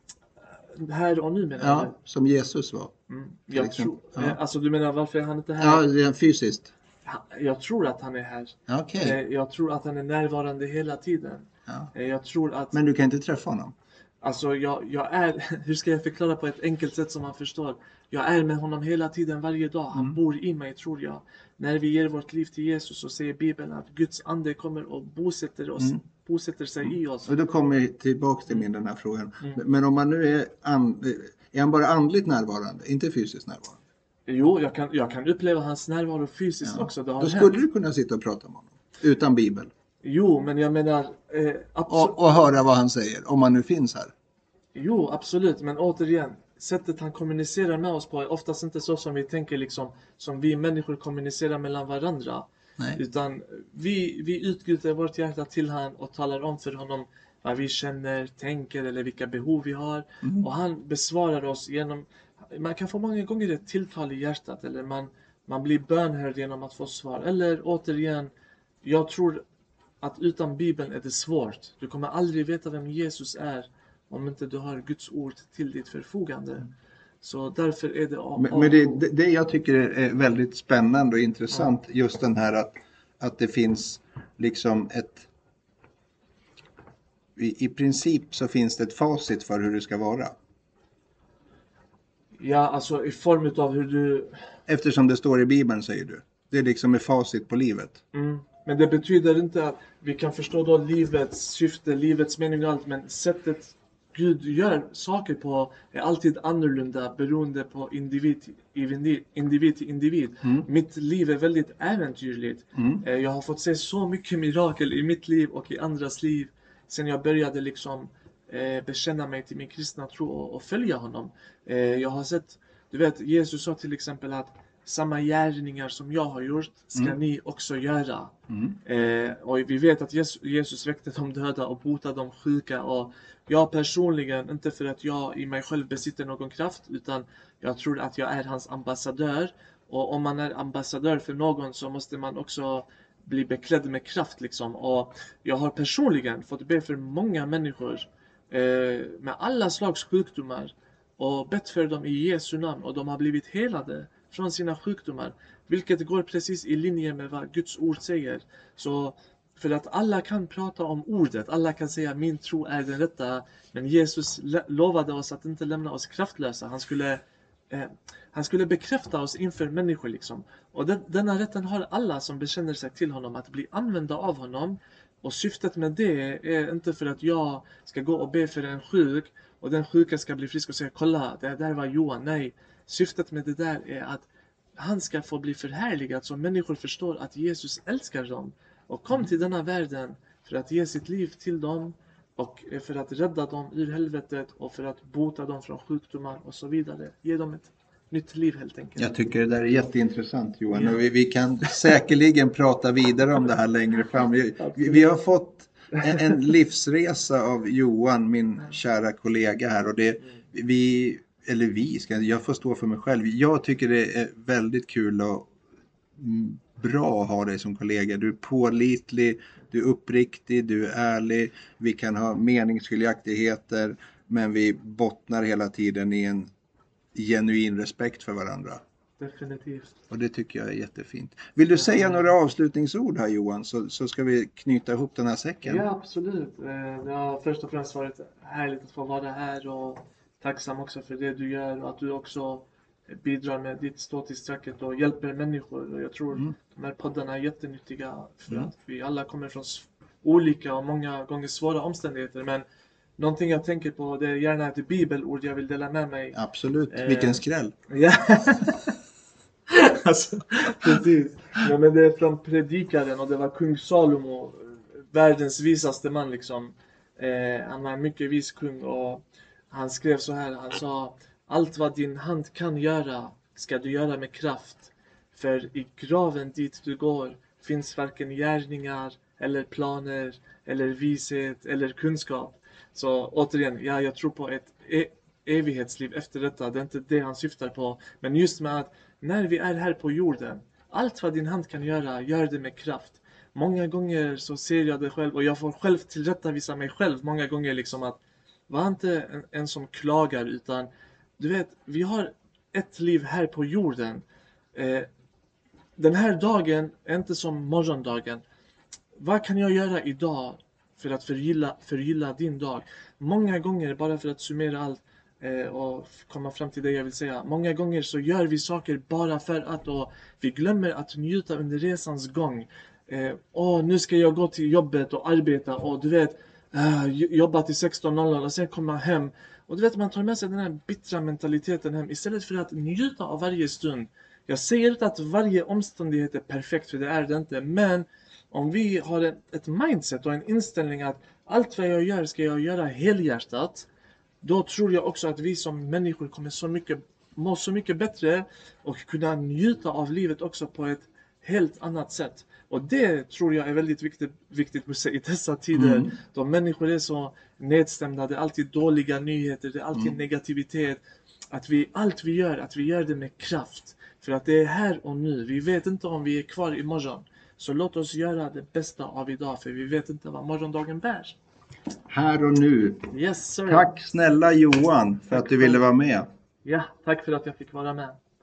Här och nu menar ja, jag. Som Jesus var. Mm. Jag tror, ja. Alltså du menar varför är han inte här? Ja, det är fysiskt. Jag tror att han är här. Okay. Jag tror att han är närvarande hela tiden. Ja. Jag tror att... Men du kan inte träffa honom? Alltså jag, jag är, hur ska jag förklara på ett enkelt sätt som man förstår? Jag är med honom hela tiden, varje dag. Han mm. bor i mig, tror jag. När vi ger vårt liv till Jesus så säger Bibeln att Guds ande kommer och bosätter, oss, mm. bosätter sig mm. i oss. Och då kommer jag tillbaka till min den här frågan. Mm. Men om man nu är, and, är han bara andligt närvarande, inte fysiskt närvarande? Jo, jag kan, jag kan uppleva hans närvaro fysiskt ja. också. Det har då hänt. Skulle du kunna sitta och prata med honom utan Bibeln? Jo, men jag menar... Eh, och, och höra vad han säger, om han nu finns här. Jo, absolut. Men återigen, sättet han kommunicerar med oss på är oftast inte så som vi tänker liksom, som vi människor kommunicerar mellan varandra. Nej. Utan vi, vi utgjuter vårt hjärta till han och talar om för honom vad vi känner, tänker eller vilka behov vi har. Mm. Och han besvarar oss genom, man kan få många gånger ett tilltal i hjärtat eller man, man blir bönhörd genom att få svar. Eller återigen, jag tror att utan Bibeln är det svårt. Du kommer aldrig veta vem Jesus är om inte du har Guds ord till ditt förfogande. Så därför är det... Men, men det, det, det jag tycker är väldigt spännande och intressant, ja. Just den här att, att det finns liksom ett... I, I princip så finns det ett facit för hur det ska vara. Ja, alltså i form av hur du... Eftersom det står i Bibeln, säger du. Det är liksom ett facit på livet. Mm. Men det betyder inte att vi kan förstå då livets syfte, livets mening och allt. Men sättet Gud gör saker på är alltid annorlunda beroende på individ, individ, individ till individ. Mm. Mitt liv är väldigt äventyrligt. Mm. Jag har fått se så mycket mirakel i mitt liv och i andras liv sen jag började liksom eh, bekänna mig till min kristna tro och, och följa honom. Eh, jag har sett, du vet, Jesus sa till exempel att samma gärningar som jag har gjort ska mm. ni också göra. Mm. Eh, och vi vet att Jesus, Jesus väckte de döda och botade de sjuka. Och jag personligen, inte för att jag i mig själv besitter någon kraft, utan jag tror att jag är hans ambassadör. Och om man är ambassadör för någon så måste man också bli beklädd med kraft liksom. Och jag har personligen fått be för många människor eh, med alla slags sjukdomar och bett för dem i Jesu namn, och de har blivit helade från sina sjukdomar, vilket går precis i linje med vad Guds ord säger. Så för att alla kan prata om ordet, alla kan säga min tro är den rätta, men Jesus lovade oss att inte lämna oss kraftlösa. Han skulle eh, han skulle bekräfta oss inför människor liksom. Och den, denna rätten har alla som bekänner sig till honom, att bli använda av honom. Och syftet med det är inte för att jag ska gå och be för en sjuk och den sjuka ska bli frisk och säga kolla, det där var Johan. Nej, syftet med det där är att han ska få bli förhärligad så människor förstår att Jesus älskar dem och kom till denna världen för att ge sitt liv till dem och för att rädda dem ur helvetet och för att bota dem från sjukdomar och så vidare. Ge dem ett nytt liv helt enkelt. Jag tycker det där är jätteintressant, Johan. Ja. Vi, vi kan säkerligen prata vidare om det här längre fram. Vi, vi, vi har fått en, en livsresa av Johan, min kära kollega här. Och det, vi, eller vi, ska, jag får stå för mig själv. Jag tycker det är väldigt kul och bra att ha dig som kollega. Du är pålitlig, du är uppriktig, du är ärlig. Vi kan ha meningsskiljaktigheter, men vi bottnar hela tiden i en genuin respekt för varandra. Definitivt. Och det tycker jag är jättefint. Vill du säga några avslutningsord här, Johan, så, så ska vi knyta ihop den här säcken? Ja, absolut. Det har först och främst varit härligt att få vara här och tacksam också för det du gör och att du också bidrar med ditt stå till stracket och hjälper människor. Och jag tror mm. de här poddarna är jättenyttiga för mm. att vi alla kommer från olika och många gånger svåra omständigheter, men någonting jag tänker på, det är gärna ett bibelord jag vill dela med mig. Absolut, eh, vilken skräll. Ja, alltså, precis. Ja, men det är från Predikaren och det var kung Salomo, världens visaste man liksom. Eh, han var en mycket vis kung och han skrev så här, han sa: allt vad din hand kan göra ska du göra med kraft, för i graven dit du går finns varken gärningar eller planer eller vishet eller kunskap. Så återigen, ja, jag tror på ett e- evighetsliv efter detta. Det är inte det han syftar på. Men just med att när vi är här på jorden, allt vad din hand kan göra, gör det med kraft. Många gånger så ser jag det själv och jag får själv tillrättavisa mig själv många gånger liksom att var inte en, en som klagar, utan du vet, vi har ett liv här på jorden. Eh, den här dagen är inte som morgondagen. Vad kan jag göra idag för att förgylla, förgylla din dag? Många gånger, bara för att summera allt eh, och komma fram till det jag vill säga. Många gånger så gör vi saker bara för att, och vi glömmer att njuta under resans gång. Eh, åh, nu ska jag gå till jobbet och arbeta och du vet, eh, jobba till sexton noll noll och sen komma hem. Och du vet, man tar med sig den här bittra mentaliteten hem istället för att njuta av varje stund. Jag säger inte att varje omständighet är perfekt, för det är det inte. Men om vi har ett, ett mindset och en inställning att allt vad jag gör ska jag göra helhjärtat, då tror jag också att vi som människor kommer så mycket, må så mycket bättre och kunna njuta av livet också på ett helt annat sätt. Och det tror jag är väldigt viktigt, viktigt i dessa tider Mm. då människor är så nedstämda, det är alltid dåliga nyheter, det är alltid Mm. negativitet. Att vi, allt vi gör, att vi gör det med kraft. För att det är här och nu. Vi vet inte om vi är kvar imorgon. Så låt oss göra det bästa av idag, för vi vet inte vad morgondagen bär. Här och nu. Yes, sir. Tack snälla Johan för att du ville vara med. Ja, tack för att jag fick vara med.